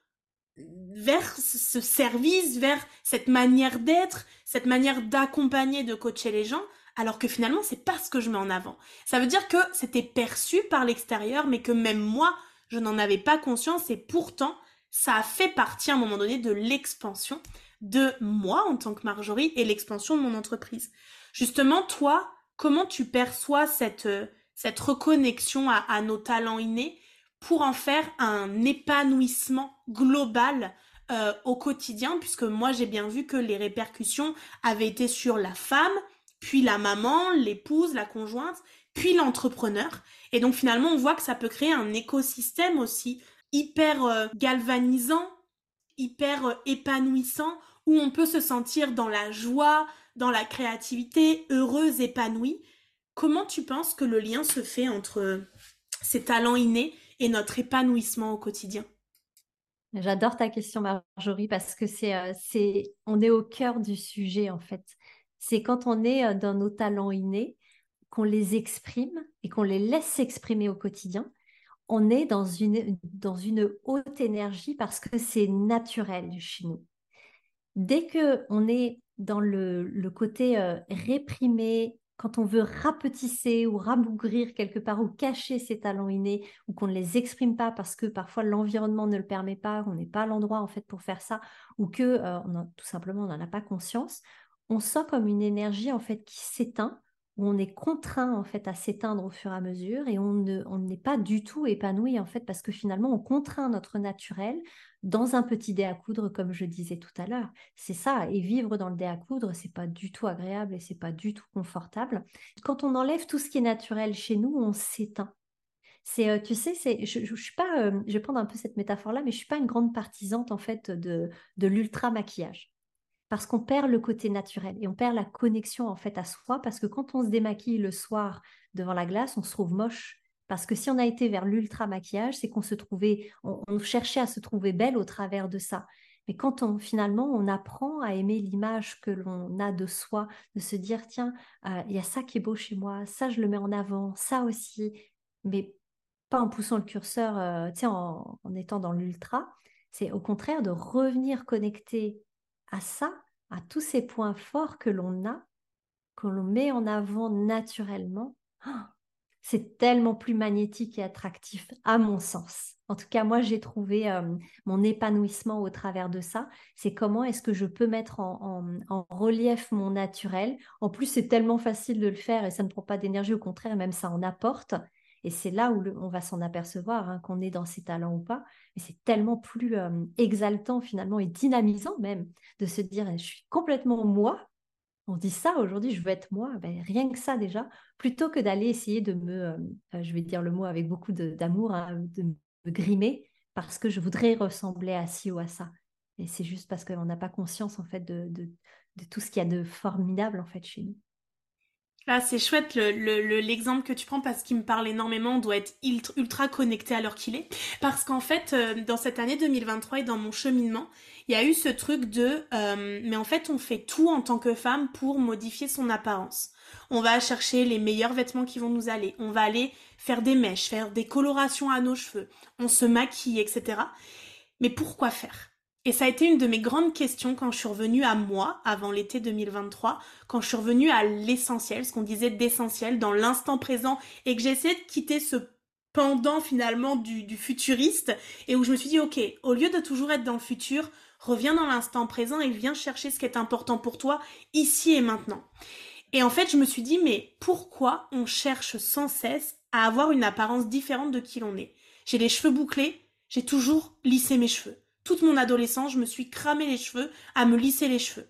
S1: vers ce service, vers cette manière d'être, cette manière d'accompagner, de coacher les gens, alors que finalement, c'est pas ce que je mets en avant. Ça veut dire que c'était perçu par l'extérieur, mais que même moi, je n'en avais pas conscience, et pourtant, ça a fait partie à un moment donné de l'expansion de moi en tant que Marjorie et l'expansion de mon entreprise. Justement, toi, comment tu perçois cette, cette reconnexion à, à nos talents innés pour en faire un épanouissement global euh, au quotidien, puisque moi j'ai bien vu que les répercussions avaient été sur la femme, puis la maman, l'épouse, la conjointe, puis l'entrepreneur. Et donc finalement on voit que ça peut créer un écosystème aussi hyper euh, galvanisant, hyper euh, épanouissant, où on peut se sentir dans la joie, dans la créativité, heureuse, épanouie. Comment tu penses que le lien se fait entre ces talents innés et notre épanouissement au quotidien?
S2: J'adore ta question, Marjorie, parce que c'est, euh, c'est, on est au cœur du sujet, en fait. C'est quand on est euh, dans nos talents innés, qu'on les exprime et qu'on les laisse s'exprimer au quotidien, on est dans une, dans une haute énergie parce que c'est naturel chez nous. Dès que on est dans le, le côté euh, réprimé, quand on veut rapetisser ou rabougrir quelque part ou cacher ses talents innés ou qu'on ne les exprime pas parce que parfois l'environnement ne le permet pas, on n'est pas à l'endroit en fait pour faire ça ou que euh, on a, tout simplement on n'en a pas conscience, on sent comme une énergie en fait qui s'éteint où on est contraint en fait à s'éteindre au fur et à mesure et on ne, on n'est pas du tout épanoui en fait parce que finalement on contraint notre naturel dans un petit dé à coudre comme je disais tout à l'heure. C'est ça, et vivre dans le dé à coudre, c'est pas du tout agréable et c'est pas du tout confortable. Quand on enlève tout ce qui est naturel chez nous, on s'éteint. C'est, euh, tu sais, c'est, je, je, je suis pas, euh, je vais prendre un peu cette métaphore-là, mais je suis pas une grande partisane en fait de, de l'ultra maquillage. Parce qu'on perd le côté naturel et on perd la connexion en fait à soi parce que quand on se démaquille le soir devant la glace, on se trouve moche. Parce que si on a été vers l'ultra maquillage, c'est qu'on se trouvait, on, on cherchait à se trouver belle au travers de ça. Mais quand on finalement on apprend à aimer l'image que l'on a de soi, de se dire tiens, euh, il y a ça qui est beau chez moi, ça je le mets en avant, ça aussi, mais pas en poussant le curseur, euh, tu sais, en, en étant dans l'ultra. C'est au contraire de revenir connecter à ça, à tous ces points forts que l'on a, que l'on met en avant naturellement. Ah, c'est tellement plus magnétique et attractif, à mon sens. En tout cas, moi, j'ai trouvé euh, mon épanouissement au travers de ça. C'est comment est-ce que je peux mettre en, en- en relief mon naturel. En plus, c'est tellement facile de le faire et ça ne prend pas d'énergie, au contraire, même ça en apporte. Et c'est là où le- on va s'en apercevoir, hein, qu'on est dans ses talents ou pas. Mais c'est tellement plus euh, exaltant finalement et dynamisant même de se dire, je suis complètement moi. On dit ça aujourd'hui, je veux être moi, ben, rien que ça déjà, plutôt que d'aller essayer de me, euh, euh, je vais dire le mot avec beaucoup de- d'amour, hein, de me grimer parce que je voudrais ressembler à ci ou à ça. Et c'est juste parce qu'on n'a pas conscience en fait de, de, de tout ce qu'il y a de formidable en fait chez nous.
S1: Là, c'est chouette le, le- le- l'exemple que tu prends parce qu'il me parle énormément. On doit être ultra, ultra connecté à l'heure qu'il est. Parce qu'en fait, euh, dans cette année deux mille vingt-trois et dans mon cheminement, il y a eu ce truc de... euh, mais en fait, on fait tout en tant que femme pour modifier son apparence. On va chercher les meilleurs vêtements qui vont nous aller. On va aller faire des mèches, faire des colorations à nos cheveux. On se maquille, et cetera. Mais pourquoi faire? Et ça a été une de mes grandes questions quand je suis revenue à moi, avant l'été deux mille vingt-trois, quand je suis revenue à l'essentiel, ce qu'on disait d'essentiel, dans l'instant présent, et que j'ai essayé de quitter ce pendant finalement du, du futuriste, et où je me suis dit, ok, au lieu de toujours être dans le futur, reviens dans l'instant présent et viens chercher ce qui est important pour toi, ici et maintenant. Et en fait, je me suis dit, mais pourquoi on cherche sans cesse à avoir une apparence différente de qui l'on est? J'ai les cheveux bouclés, j'ai toujours lissé mes cheveux. Toute mon adolescence, je me suis cramé les cheveux à me lisser les cheveux.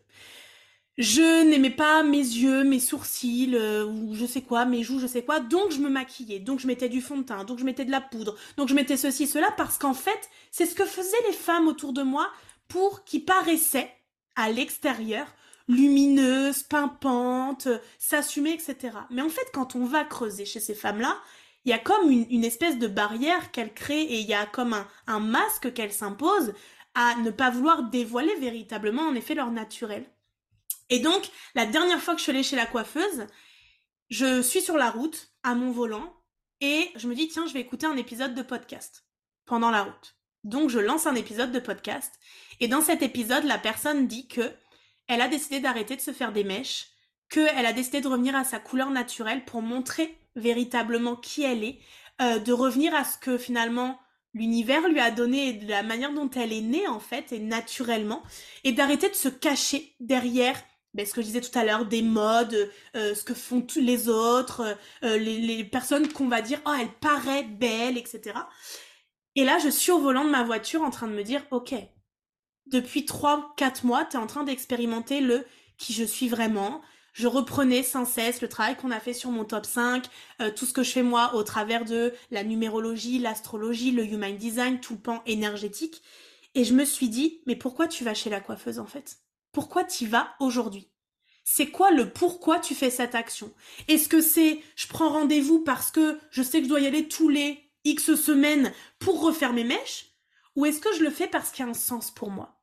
S1: Je n'aimais pas mes yeux, mes sourcils, euh, ou je sais quoi, mes joues, je sais quoi, donc je me maquillais, donc je mettais du fond de teint, donc je mettais de la poudre, donc je mettais ceci, cela, parce qu'en fait, c'est ce que faisaient les femmes autour de moi pour qui paraissaient, à l'extérieur, lumineuses, pimpantes, euh, s'assumer, et cetera. Mais en fait, quand on va creuser chez ces femmes-là, il y a comme une, une espèce de barrière qu'elles créent et il y a comme un, un masque qu'elles s'imposent à ne pas vouloir dévoiler véritablement, en effet, leur naturel. Et donc, la dernière fois que je suis allée chez la coiffeuse, je suis sur la route, à mon volant, et je me dis, tiens, je vais écouter un épisode de podcast pendant la route. Donc, je lance un épisode de podcast, et dans cet épisode, la personne dit que elle a décidé d'arrêter de se faire des mèches, qu'elle a décidé de revenir à sa couleur naturelle pour montrer véritablement qui elle est, euh, de revenir à ce que finalement l'univers lui a donné et de la manière dont elle est née en fait, et naturellement, et d'arrêter de se cacher derrière ben, ce que je disais tout à l'heure, des modes, euh, ce que font tous les autres, euh, les, les personnes qu'on va dire, oh, elle paraît belle, et cetera. Et là, je suis au volant de ma voiture en train de me dire, ok, depuis trois quatre mois, tu es en train d'expérimenter le qui je suis vraiment. Je reprenais sans cesse le travail qu'on a fait sur mon top cinq, euh, tout ce que je fais moi au travers de la numérologie, l'astrologie, le human design, tout le pan énergétique. Et je me suis dit, mais pourquoi tu vas chez la coiffeuse en fait? Pourquoi tu y vas aujourd'hui? C'est quoi le pourquoi tu fais cette action? Est-ce que c'est je prends rendez-vous parce que je sais que je dois y aller tous les X semaines pour refaire mes mèches? Ou est-ce que je le fais parce qu'il y a un sens pour moi?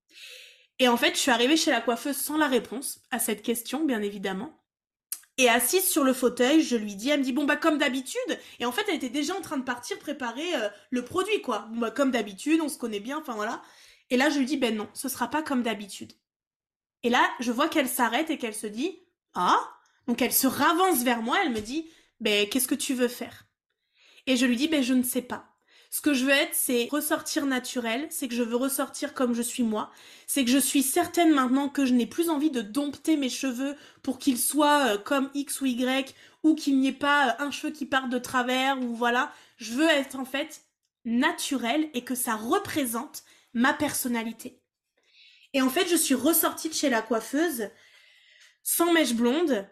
S1: Et en fait, je suis arrivée chez la coiffeuse sans la réponse à cette question, bien évidemment. Et assise sur le fauteuil, je lui dis, elle me dit, bon bah comme d'habitude. Et en fait, elle était déjà en train de partir préparer euh, le produit, quoi. Bon bah comme d'habitude, on se connaît bien, enfin voilà. Et là, je lui dis, ben non, ce sera pas comme d'habitude. Et là, je vois qu'elle s'arrête et qu'elle se dit, ah. Donc elle se ravance vers moi, elle me dit, ben qu'est-ce que tu veux faire? Et je lui dis, ben je ne sais pas. Ce que je veux être, c'est ressortir naturel, c'est que je veux ressortir comme je suis moi, c'est que je suis certaine maintenant que je n'ai plus envie de dompter mes cheveux pour qu'ils soient euh, comme X ou Y, ou qu'il n'y ait pas euh, un cheveu qui parte de travers, ou voilà. Je veux être en fait naturel et que ça représente ma personnalité. Et en fait, je suis ressortie de chez la coiffeuse sans mèche blonde,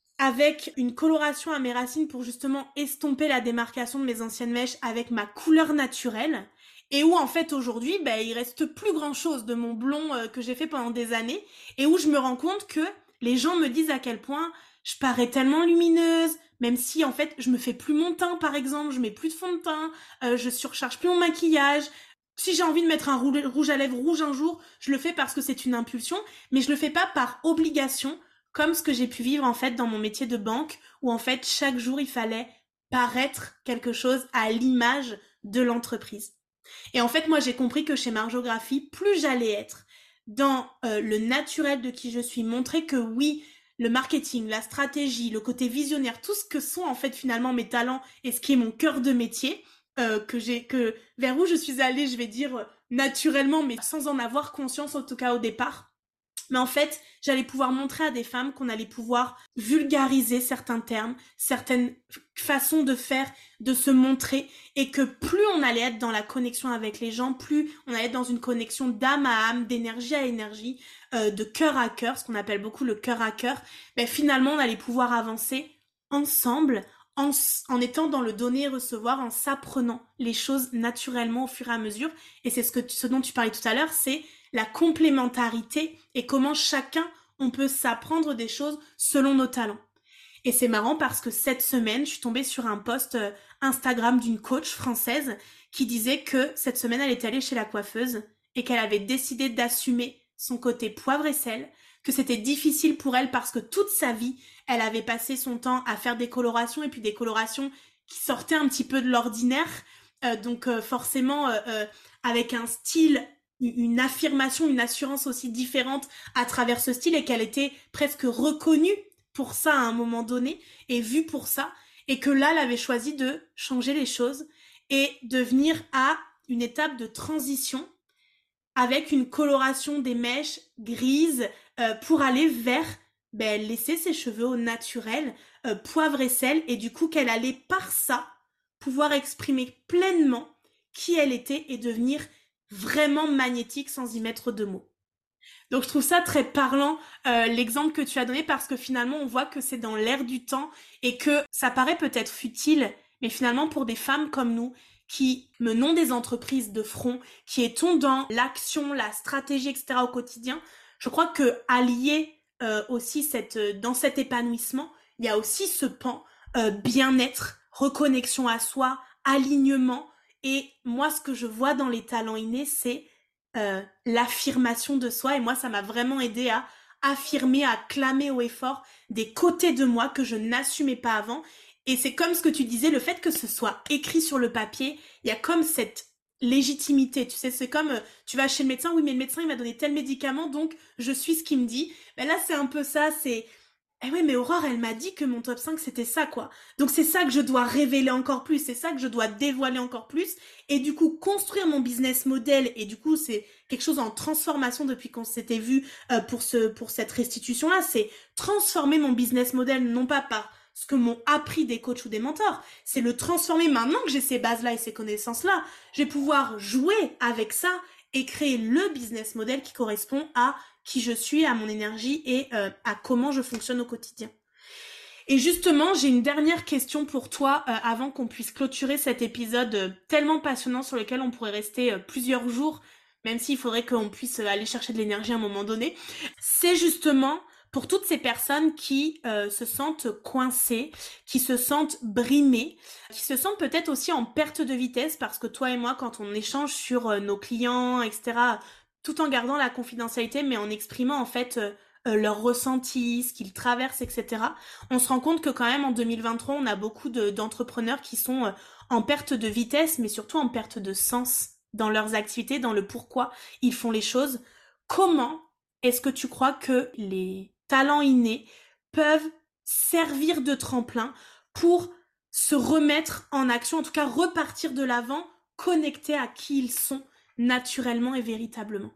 S1: avec une coloration à mes racines pour justement estomper la démarcation de mes anciennes mèches avec ma couleur naturelle, et où en fait aujourd'hui, bah, il reste plus grand chose de mon blond euh, que j'ai fait pendant des années, et où je me rends compte que les gens me disent à quel point je parais tellement lumineuse, même si en fait je me fais plus mon teint par exemple, je mets plus de fond de teint, euh, je surcharge plus mon maquillage. Si j'ai envie de mettre un rouge à lèvres rouge un jour, je le fais parce que c'est une impulsion, mais je le fais pas par obligation, comme ce que j'ai pu vivre en fait dans mon métier de banque, où en fait chaque jour il fallait paraître quelque chose à l'image de l'entreprise. Et en fait moi j'ai compris que chez Marjographie, plus j'allais être dans euh, le naturel de qui je suis, montrer que oui, le marketing, la stratégie, le côté visionnaire, tout ce que sont en fait finalement mes talents et ce qui est mon cœur de métier, euh, que j'ai, que vers où je suis allée, je vais dire naturellement, mais sans en avoir conscience en tout cas au départ. Mais en fait, j'allais pouvoir montrer à des femmes qu'on allait pouvoir vulgariser certains termes, certaines façons de faire, de se montrer, et que plus on allait être dans la connexion avec les gens, plus on allait être dans une connexion d'âme à âme, d'énergie à énergie, euh, de cœur à cœur, ce qu'on appelle beaucoup le cœur à cœur, ben finalement on allait pouvoir avancer ensemble, en, en étant dans le donner et recevoir, en s'apprenant les choses naturellement au fur et à mesure. Et c'est ce, que, ce dont tu parlais tout à l'heure, c'est la complémentarité et comment chacun, on peut s'apprendre des choses selon nos talents. Et c'est marrant parce que cette semaine, je suis tombée sur un post euh, Instagram d'une coach française qui disait que cette semaine, elle était allée chez la coiffeuse et qu'elle avait décidé d'assumer son côté poivre et sel, que c'était difficile pour elle parce que toute sa vie, elle avait passé son temps à faire des colorations et puis des colorations qui sortaient un petit peu de l'ordinaire. Euh, donc euh, forcément, euh, euh, avec un style, une affirmation, une assurance aussi différente à travers ce style et qu'elle était presque reconnue pour ça à un moment donné et vue pour ça et que là, elle avait choisi de changer les choses et de venir à une étape de transition avec une coloration des mèches grises euh, pour aller vers ben, laisser ses cheveux au naturel, euh, poivre et sel, et du coup qu'elle allait par ça pouvoir exprimer pleinement qui elle était et devenir vraiment magnétique sans y mettre de mots. Donc je trouve ça très parlant, euh, l'exemple que tu as donné, parce que finalement on voit que c'est dans l'air du temps et que ça paraît peut-être futile, mais finalement pour des femmes comme nous, qui menons des entreprises de front, qui étons dans l'action, la stratégie, et cetera au quotidien, je crois que allier euh, aussi cette, dans cet épanouissement, il y a aussi ce pan euh, bien-être, reconnexion à soi, alignement. Et moi, ce que je vois dans les talents innés, c'est euh, l'affirmation de soi. Et moi, ça m'a vraiment aidé à affirmer, à clamer haut et fort des côtés de moi que je n'assumais pas avant. Et c'est comme ce que tu disais, le fait que ce soit écrit sur le papier, il y a comme cette légitimité, tu sais, c'est comme euh, tu vas chez le médecin, oui mais le médecin il m'a donné tel médicament donc je suis ce qu'il me dit. Ben là c'est un peu ça, c'est eh ouais mais Aurore elle m'a dit que mon top cinq c'était ça quoi. Donc c'est ça que je dois révéler encore plus, c'est ça que je dois dévoiler encore plus et du coup construire mon business model et du coup c'est quelque chose en transformation depuis qu'on s'était vu euh, pour ce pour cette restitution là, c'est transformer mon business model non pas par ce que m'ont appris des coachs ou des mentors, c'est le transformer maintenant que j'ai ces bases-là et ces connaissances-là. Je vais pouvoir jouer avec ça et créer le business model qui correspond à qui je suis, à mon énergie et euh, à comment je fonctionne au quotidien. Et justement, j'ai une dernière question pour toi euh, avant qu'on puisse clôturer cet épisode euh, tellement passionnant sur lequel on pourrait rester euh, plusieurs jours, même s'il faudrait qu'on puisse euh, aller chercher de l'énergie à un moment donné. C'est justement pour toutes ces personnes qui euh, se sentent coincées, qui se sentent brimées, qui se sentent peut-être aussi en perte de vitesse parce que toi et moi, quand on échange sur euh, nos clients, et cetera, tout en gardant la confidentialité, mais en exprimant en fait euh, euh, leurs ressentis, ce qu'ils traversent, et cetera, on se rend compte que quand même en deux mille vingt-trois, on a beaucoup de, d'entrepreneurs qui sont euh, en perte de vitesse, mais surtout en perte de sens dans leurs activités, dans le pourquoi ils font les choses. Comment est-ce que tu crois que les talents innés peuvent servir de tremplin pour se remettre en action, en tout cas repartir de l'avant, connectés à qui ils sont naturellement et véritablement?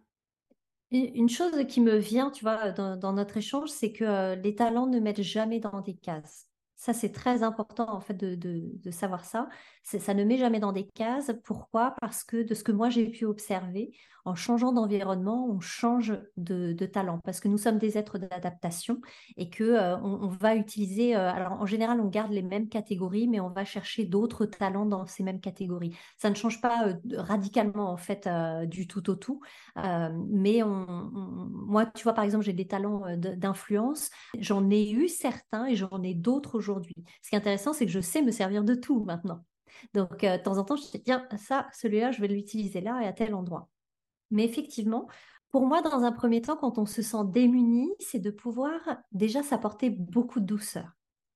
S2: Une chose qui me vient, tu vois, dans, dans notre échange, c'est que euh, les talents ne mettent jamais dans des cases. Ça, c'est très important, en fait, de, de, de savoir ça. C'est, ça ne met jamais dans des cases. Pourquoi? Parce que de ce que moi, j'ai pu observer, en changeant d'environnement, on change de, de talent. Parce que nous sommes des êtres d'adaptation et que euh, on, on va utiliser... euh, alors, en général, on garde les mêmes catégories, mais on va chercher d'autres talents dans ces mêmes catégories. Ça ne change pas euh, radicalement, en fait, euh, du tout au tout. Euh, mais on, on- moi, tu vois, par exemple, j'ai des talents euh, de- d'influence. J'en ai eu certains et j'en ai d'autres aujourd'hui. Ce qui est intéressant, c'est que je sais me servir de tout maintenant. Donc, euh, de temps en temps, je te dis, tiens, ça, celui-là, je vais l'utiliser là et à tel endroit. Mais effectivement, pour moi, dans un premier temps, quand on se sent démuni, c'est de pouvoir déjà s'apporter beaucoup de douceur.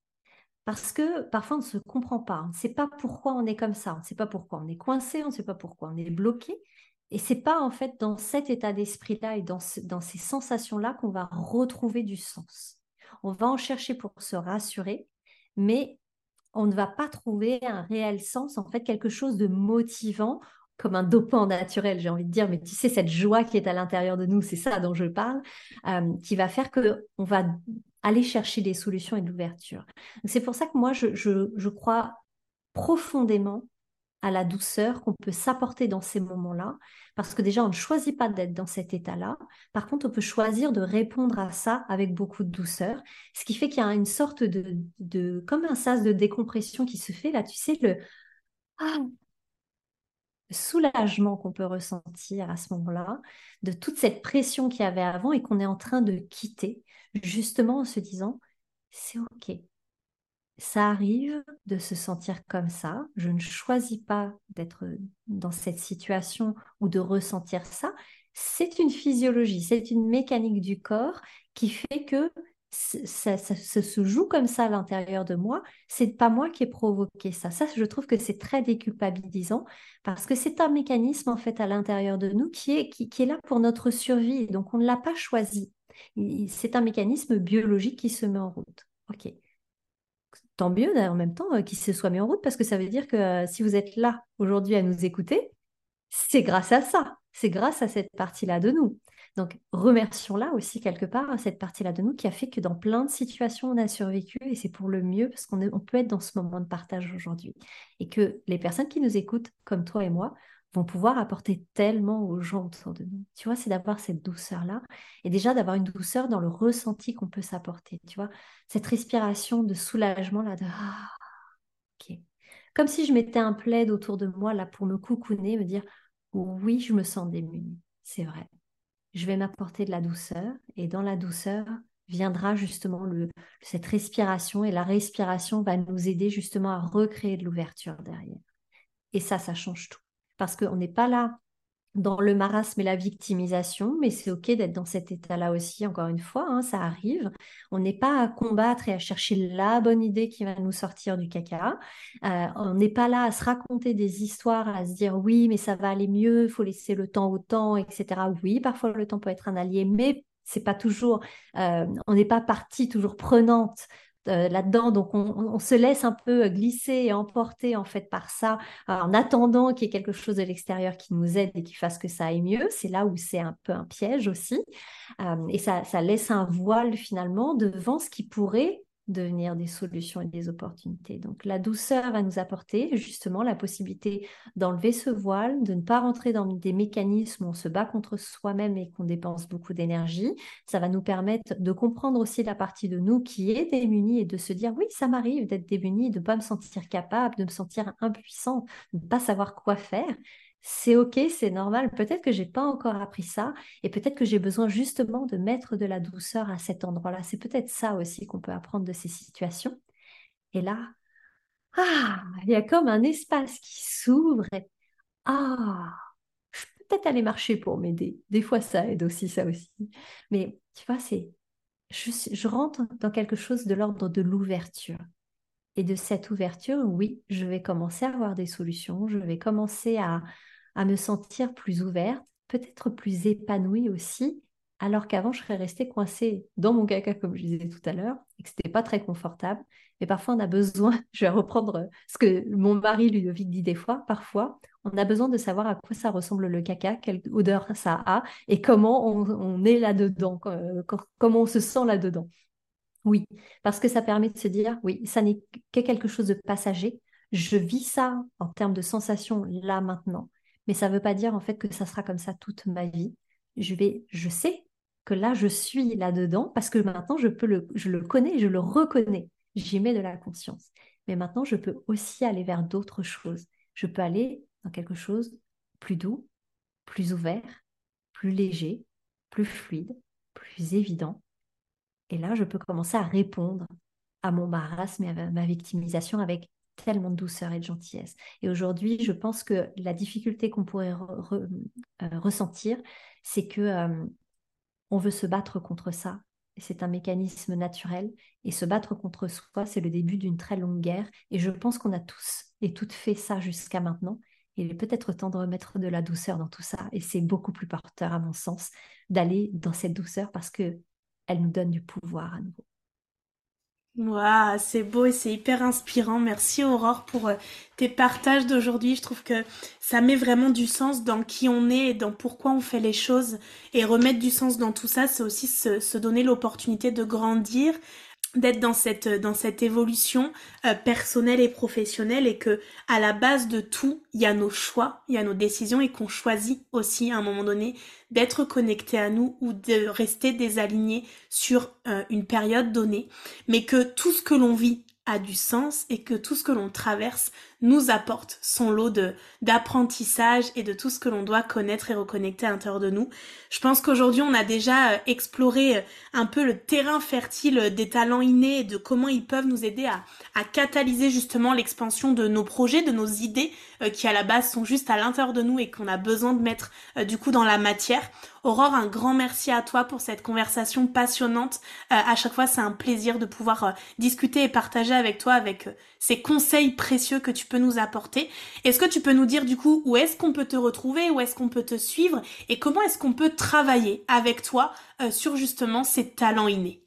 S2: Parce que parfois, on ne se comprend pas. On ne sait pas pourquoi on est comme ça. On ne sait pas pourquoi on est coincé. On ne sait pas pourquoi on est bloqué. Et c'est pas en fait dans cet état d'esprit-là et dans, ce- dans ces sensations-là qu'on va retrouver du sens. On va en chercher pour se rassurer, mais on ne va pas trouver un réel sens, en fait, quelque chose de motivant, comme un dopant naturel, j'ai envie de dire, mais tu sais, cette joie qui est à l'intérieur de nous, c'est ça dont je parle, euh, qui va faire que on va aller chercher des solutions et de l'ouverture. C'est pour ça que moi, je, je, je crois profondément à la douceur qu'on peut s'apporter dans ces moments-là, parce que déjà, on ne choisit pas d'être dans cet état-là. Par contre, on peut choisir de répondre à ça avec beaucoup de douceur, ce qui fait qu'il y a une sorte de, de comme un sas de décompression qui se fait là, tu sais, le, ah, le soulagement qu'on peut ressentir à ce moment-là, de toute cette pression qu'il y avait avant et qu'on est en train de quitter, justement en se disant, c'est OK. Ça arrive de se sentir comme ça. Je ne choisis pas d'être dans cette situation ou de ressentir ça. C'est une physiologie, c'est une mécanique du corps qui fait que c- ça, ça- ça se joue comme ça à l'intérieur de moi. C'est pas moi qui ai provoqué ça. Ça, je trouve que c'est très déculpabilisant parce que c'est un mécanisme en fait à l'intérieur de nous qui est, qui, qui est là pour notre survie. Donc on ne l'a pas choisi. Il- C'est un mécanisme biologique qui se met en route. Ok. Tant mieux d'ailleurs, en même temps euh, qu'il se soit mis en route parce que ça veut dire que euh, si vous êtes là aujourd'hui à nous écouter, c'est grâce à ça, c'est grâce à cette partie-là de nous. Donc remercions-la aussi quelque part à cette partie-là de nous qui a fait que dans plein de situations on a survécu et c'est pour le mieux parce qu'on est- on peut être dans ce moment de partage aujourd'hui et que les personnes qui nous écoutent comme toi et moi vont pouvoir apporter tellement aux gens autour de nous. Tu vois, c'est d'avoir cette douceur-là et déjà d'avoir une douceur dans le ressenti qu'on peut s'apporter. Tu vois, cette respiration de soulagement là de ah, ok. Comme si je mettais un plaid autour de moi là pour me coucouner, me dire oui, je me sens démunie, c'est vrai. Je vais m'apporter de la douceur et dans la douceur viendra justement le, cette respiration et la respiration va nous aider justement à recréer de l'ouverture derrière. Et ça, ça change tout. Parce qu'on n'est pas là dans le marasme et la victimisation, mais c'est OK d'être dans cet état-là aussi, encore une fois, hein, ça arrive. On n'est pas à combattre et à chercher la bonne idée qui va nous sortir du caca. Euh, on n'est pas là à se raconter des histoires, à se dire oui, mais ça va aller mieux, il faut laisser le temps au temps, et cetera. Oui, parfois le temps peut être un allié, mais c'est pas toujours, euh, on n'est pas partie toujours prenante euh, là-dedans, donc on, on se laisse un peu glisser et emporter en fait par ça en attendant qu'il y ait quelque chose de l'extérieur qui nous aide et qui fasse que ça aille mieux. C'est là où c'est un peu un piège aussi. Euh, et ça, ça laisse un voile finalement devant ce qui pourrait devenir des solutions et des opportunités. Donc la douceur va nous apporter justement la possibilité d'enlever ce voile, de ne pas rentrer dans des mécanismes où on se bat contre soi-même et qu'on dépense beaucoup d'énergie. Ça va nous permettre de comprendre aussi la partie de nous qui est démunie et de se dire oui, ça m'arrive d'être démunie, de ne pas me sentir capable, de me sentir impuissant, de ne pas savoir quoi faire. C'est OK, c'est normal. Peut-être que j'ai pas encore appris ça et peut-être que j'ai besoin justement de mettre de la douceur à cet endroit-là. C'est peut-être ça aussi qu'on peut apprendre de ces situations. Et là, ah, il y a comme un espace qui s'ouvre et ah, je peux peut-être aller marcher pour m'aider. Des fois, ça aide aussi, ça aussi. Mais tu vois, c'est, je, suis- je rentre dans quelque chose de l'ordre de l'ouverture. Et de cette ouverture, oui, je vais commencer à avoir des solutions, je vais commencer à, à me sentir plus ouverte, peut-être plus épanouie aussi, alors qu'avant, je serais restée coincée dans mon caca, comme je disais tout à l'heure, et que c'était pas très confortable. Mais parfois, on a besoin, je vais reprendre ce que mon mari Ludovic dit des fois, parfois, on a besoin de savoir à quoi ça ressemble le caca, quelle odeur ça a, et comment on, on est là-dedans, euh, comment on se sent là-dedans. Oui, parce que ça permet de se dire, oui, ça n'est que quelque chose de passager. Je vis ça en termes de sensations là maintenant, mais ça ne veut pas dire en fait que ça sera comme ça toute ma vie. Je vais, je sais que là je suis là-dedans parce que maintenant je peux le, je le connais, je le reconnais. J'y mets de la conscience. Mais maintenant je peux aussi aller vers d'autres choses. Je peux aller dans quelque chose plus doux, plus ouvert, plus léger, plus fluide, plus évident et là, je peux commencer à répondre à mon marasme et à ma victimisation avec tellement de douceur et de gentillesse. Et aujourd'hui, je pense que la difficulté qu'on pourrait re- re- euh, ressentir, c'est que euh, on veut se battre contre ça. Et c'est un mécanisme naturel. Et se battre contre soi, c'est le début d'une très longue guerre. Et je pense qu'on a tous et toutes fait ça jusqu'à maintenant. Il est peut-être temps de remettre de la douceur dans tout ça. Et c'est beaucoup plus porteur, à mon sens, d'aller dans cette douceur parce que elle nous donne du pouvoir à nouveau.
S1: Waouh, c'est beau et c'est hyper inspirant. Merci Aurore pour euh, tes partages d'aujourd'hui. Je trouve que ça met vraiment du sens dans qui on est et dans pourquoi on fait les choses. Et remettre du sens dans tout ça, c'est aussi se, se donner l'opportunité de grandir, d'être dans cette dans cette évolution euh, personnelle et professionnelle et que à la base de tout, il y a nos choix, il y a nos décisions et qu'on choisit aussi à un moment donné d'être connecté à nous ou de rester désaligné sur euh, une période donnée, mais que tout ce que l'on vit a du sens et que tout ce que l'on traverse nous apporte son lot de d'apprentissage et de tout ce que l'on doit connaître et reconnecter à l'intérieur de nous. Je pense qu'aujourd'hui, on a déjà exploré un peu le terrain fertile des talents innés et de comment ils peuvent nous aider à, à catalyser justement l'expansion de nos projets, de nos idées euh, qui à la base sont juste à l'intérieur de nous et qu'on a besoin de mettre euh, du coup dans la matière. Aurore, un grand merci à toi pour cette conversation passionnante. Euh, à chaque fois, c'est un plaisir de pouvoir euh, discuter et partager avec toi avec euh, ces conseils précieux que tu peux nous apporter. Est-ce que tu peux nous dire du coup où est-ce qu'on peut te retrouver, où est-ce qu'on peut te suivre et comment est-ce qu'on peut travailler avec toi euh, sur justement ces talents innés?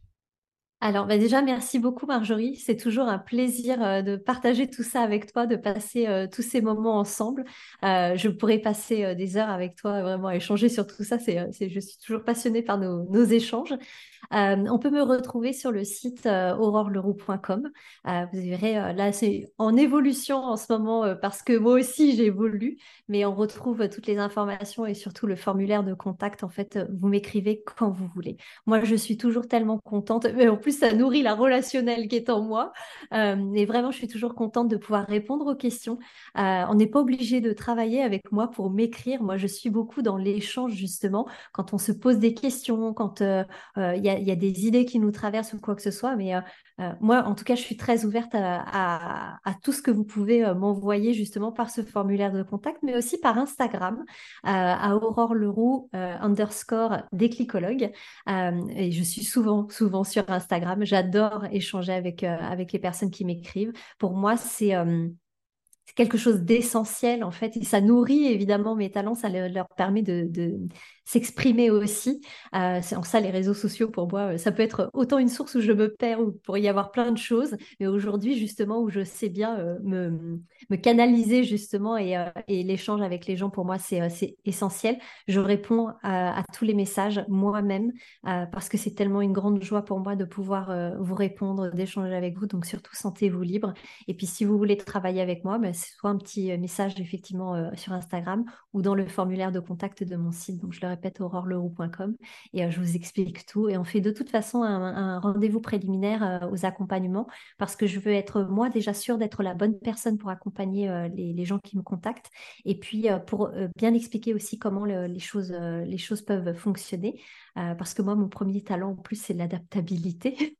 S2: Alors, bah déjà, merci beaucoup, Marjorie. C'est toujours un plaisir euh, de partager tout ça avec toi, de passer euh, tous ces moments ensemble. Euh, je pourrais passer euh, des heures avec toi, vraiment à échanger sur tout ça. C'est, euh, c'est, je suis toujours passionnée par nos, nos échanges. Euh, on peut me retrouver sur le site euh, aurore leroux point com. Euh, vous verrez, euh, là, c'est en évolution en ce moment euh, parce que moi aussi, j'évolue, mais on retrouve euh, toutes les informations et surtout le formulaire de contact. En fait, euh, vous m'écrivez quand vous voulez. Moi, je suis toujours tellement contente. Mais en plus, ça nourrit la relationnelle qui est en moi. Euh, et vraiment, je suis toujours contente de pouvoir répondre aux questions. Euh, on n'est pas obligé de travailler avec moi pour m'écrire. Moi, je suis beaucoup dans l'échange, justement, quand on se pose des questions, quand il euh, euh, y, a, y a des idées qui nous traversent ou quoi que ce soit. Mais euh, euh, moi, en tout cas, je suis très ouverte à, à, à tout ce que vous pouvez euh, m'envoyer, justement, par ce formulaire de contact, mais aussi par Instagram, euh, à Aurore Leroux euh, underscore déclicologue. Euh, et je suis souvent, souvent sur Instagram. J'adore échanger avec, euh, avec les personnes qui m'écrivent. Pour moi, c'est euh, c'est quelque chose d'essentiel, en fait. Et ça nourrit évidemment mes talents. Ça le- leur permet de, de s'exprimer aussi. Euh, c'est en ça, les réseaux sociaux, pour moi, euh, ça peut être autant une source où je me perds, où il pourrait y avoir plein de choses. Mais aujourd'hui, justement, où je sais bien euh, me, me canaliser, justement, et, euh, et l'échange avec les gens, pour moi, c'est, euh, c'est essentiel. Je réponds à, à tous les messages moi-même euh, parce que c'est tellement une grande joie pour moi de pouvoir euh, vous répondre, d'échanger avec vous. Donc, surtout, sentez-vous libre. Et puis, si vous voulez travailler avec moi, ben, c'est soit un petit message, effectivement, euh, sur Instagram ou dans le formulaire de contact de mon site. Donc, je le répète, aurore leroux point com. Et euh, je vous explique tout. Et on fait de toute façon un, un rendez-vous préliminaire euh, aux accompagnements parce que je veux être, moi, déjà sûre d'être la bonne personne pour accompagner euh, les, les gens qui me contactent. Et puis, euh, pour euh, bien expliquer aussi comment le- les choses, euh, les choses peuvent fonctionner. Euh, parce que moi, mon premier talent, en plus, c'est l'adaptabilité.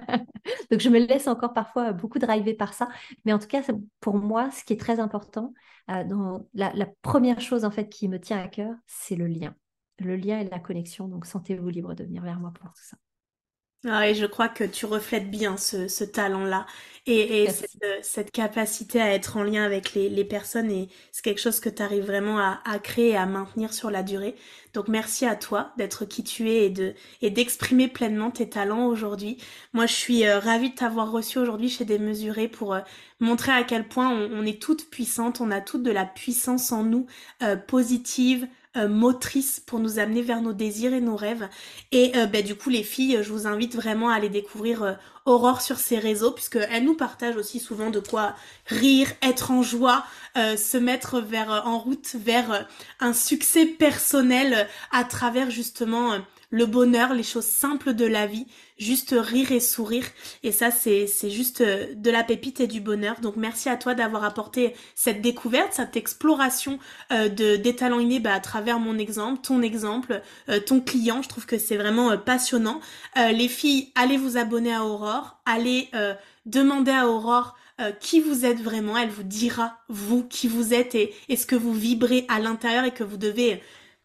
S2: Donc, je me laisse encore parfois beaucoup driver par ça. Mais en tout cas, c'est- pour moi, ce qui est très important, euh, dans la, la première chose en fait qui me tient à cœur, c'est le lien. Le lien et la connexion. Donc, sentez-vous libre de venir vers moi pour tout ça.
S1: Ah, et je crois que tu reflètes bien ce, ce talent-là et, et cette,
S2: Merci.
S1: euh, cette capacité à être en lien avec les, les personnes et c'est quelque chose que tu arrives vraiment à, à créer et à maintenir sur la durée. Donc merci à toi d'être qui tu es et de et d'exprimer pleinement tes talents aujourd'hui. Moi je suis euh, ravie de t'avoir reçu aujourd'hui chez Démesuré pour euh, montrer à quel point on, on est toutes puissantes, on a toutes de la puissance en nous, euh, positive, euh, motrice pour nous amener vers nos désirs et nos rêves. Et euh, bah, du coup, les filles, je vous invite vraiment à aller découvrir euh, Aurore sur ses réseaux, puisqu'elle nous partage aussi souvent de quoi rire, être en joie, euh, se mettre vers, euh, en route vers euh, un succès personnel euh, à travers justement euh, le bonheur, les choses simples de la vie, juste rire et sourire. Et ça, c'est, c'est juste euh, de la pépite et du bonheur. Donc merci à toi d'avoir apporté cette découverte, cette exploration euh, de, des talents innés bah, à travers mon exemple, ton exemple, euh, ton client. Je trouve que c'est vraiment euh, passionnant. Euh, les filles, allez vous abonner à Aurore, allez euh, demander à Aurore euh, qui vous êtes vraiment. Elle vous dira, vous, qui vous êtes et, et ce que vous vibrez à l'intérieur et que vous devez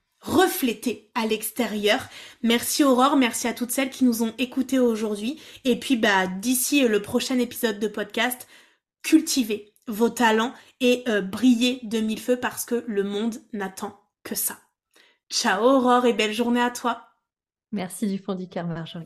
S1: refléter à l'extérieur. Merci Aurore, merci à toutes celles qui nous ont écoutés aujourd'hui. Et puis bah d'ici le prochain épisode de podcast, cultivez vos talents et euh, brillez de mille feux parce que le monde n'attend que ça. Ciao Aurore et belle journée à toi.
S2: Merci du fond du cœur, Marjorie.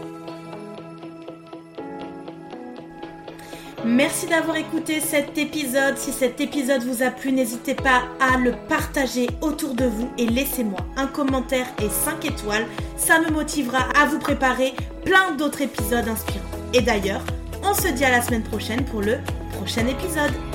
S1: Merci d'avoir écouté cet épisode. Si cet épisode vous a plu, n'hésitez pas à le partager autour de vous et laissez-moi un commentaire et cinq étoiles. Ça me motivera à vous préparer plein d'autres épisodes inspirants. Et d'ailleurs, on se dit à la semaine prochaine pour le prochain épisode.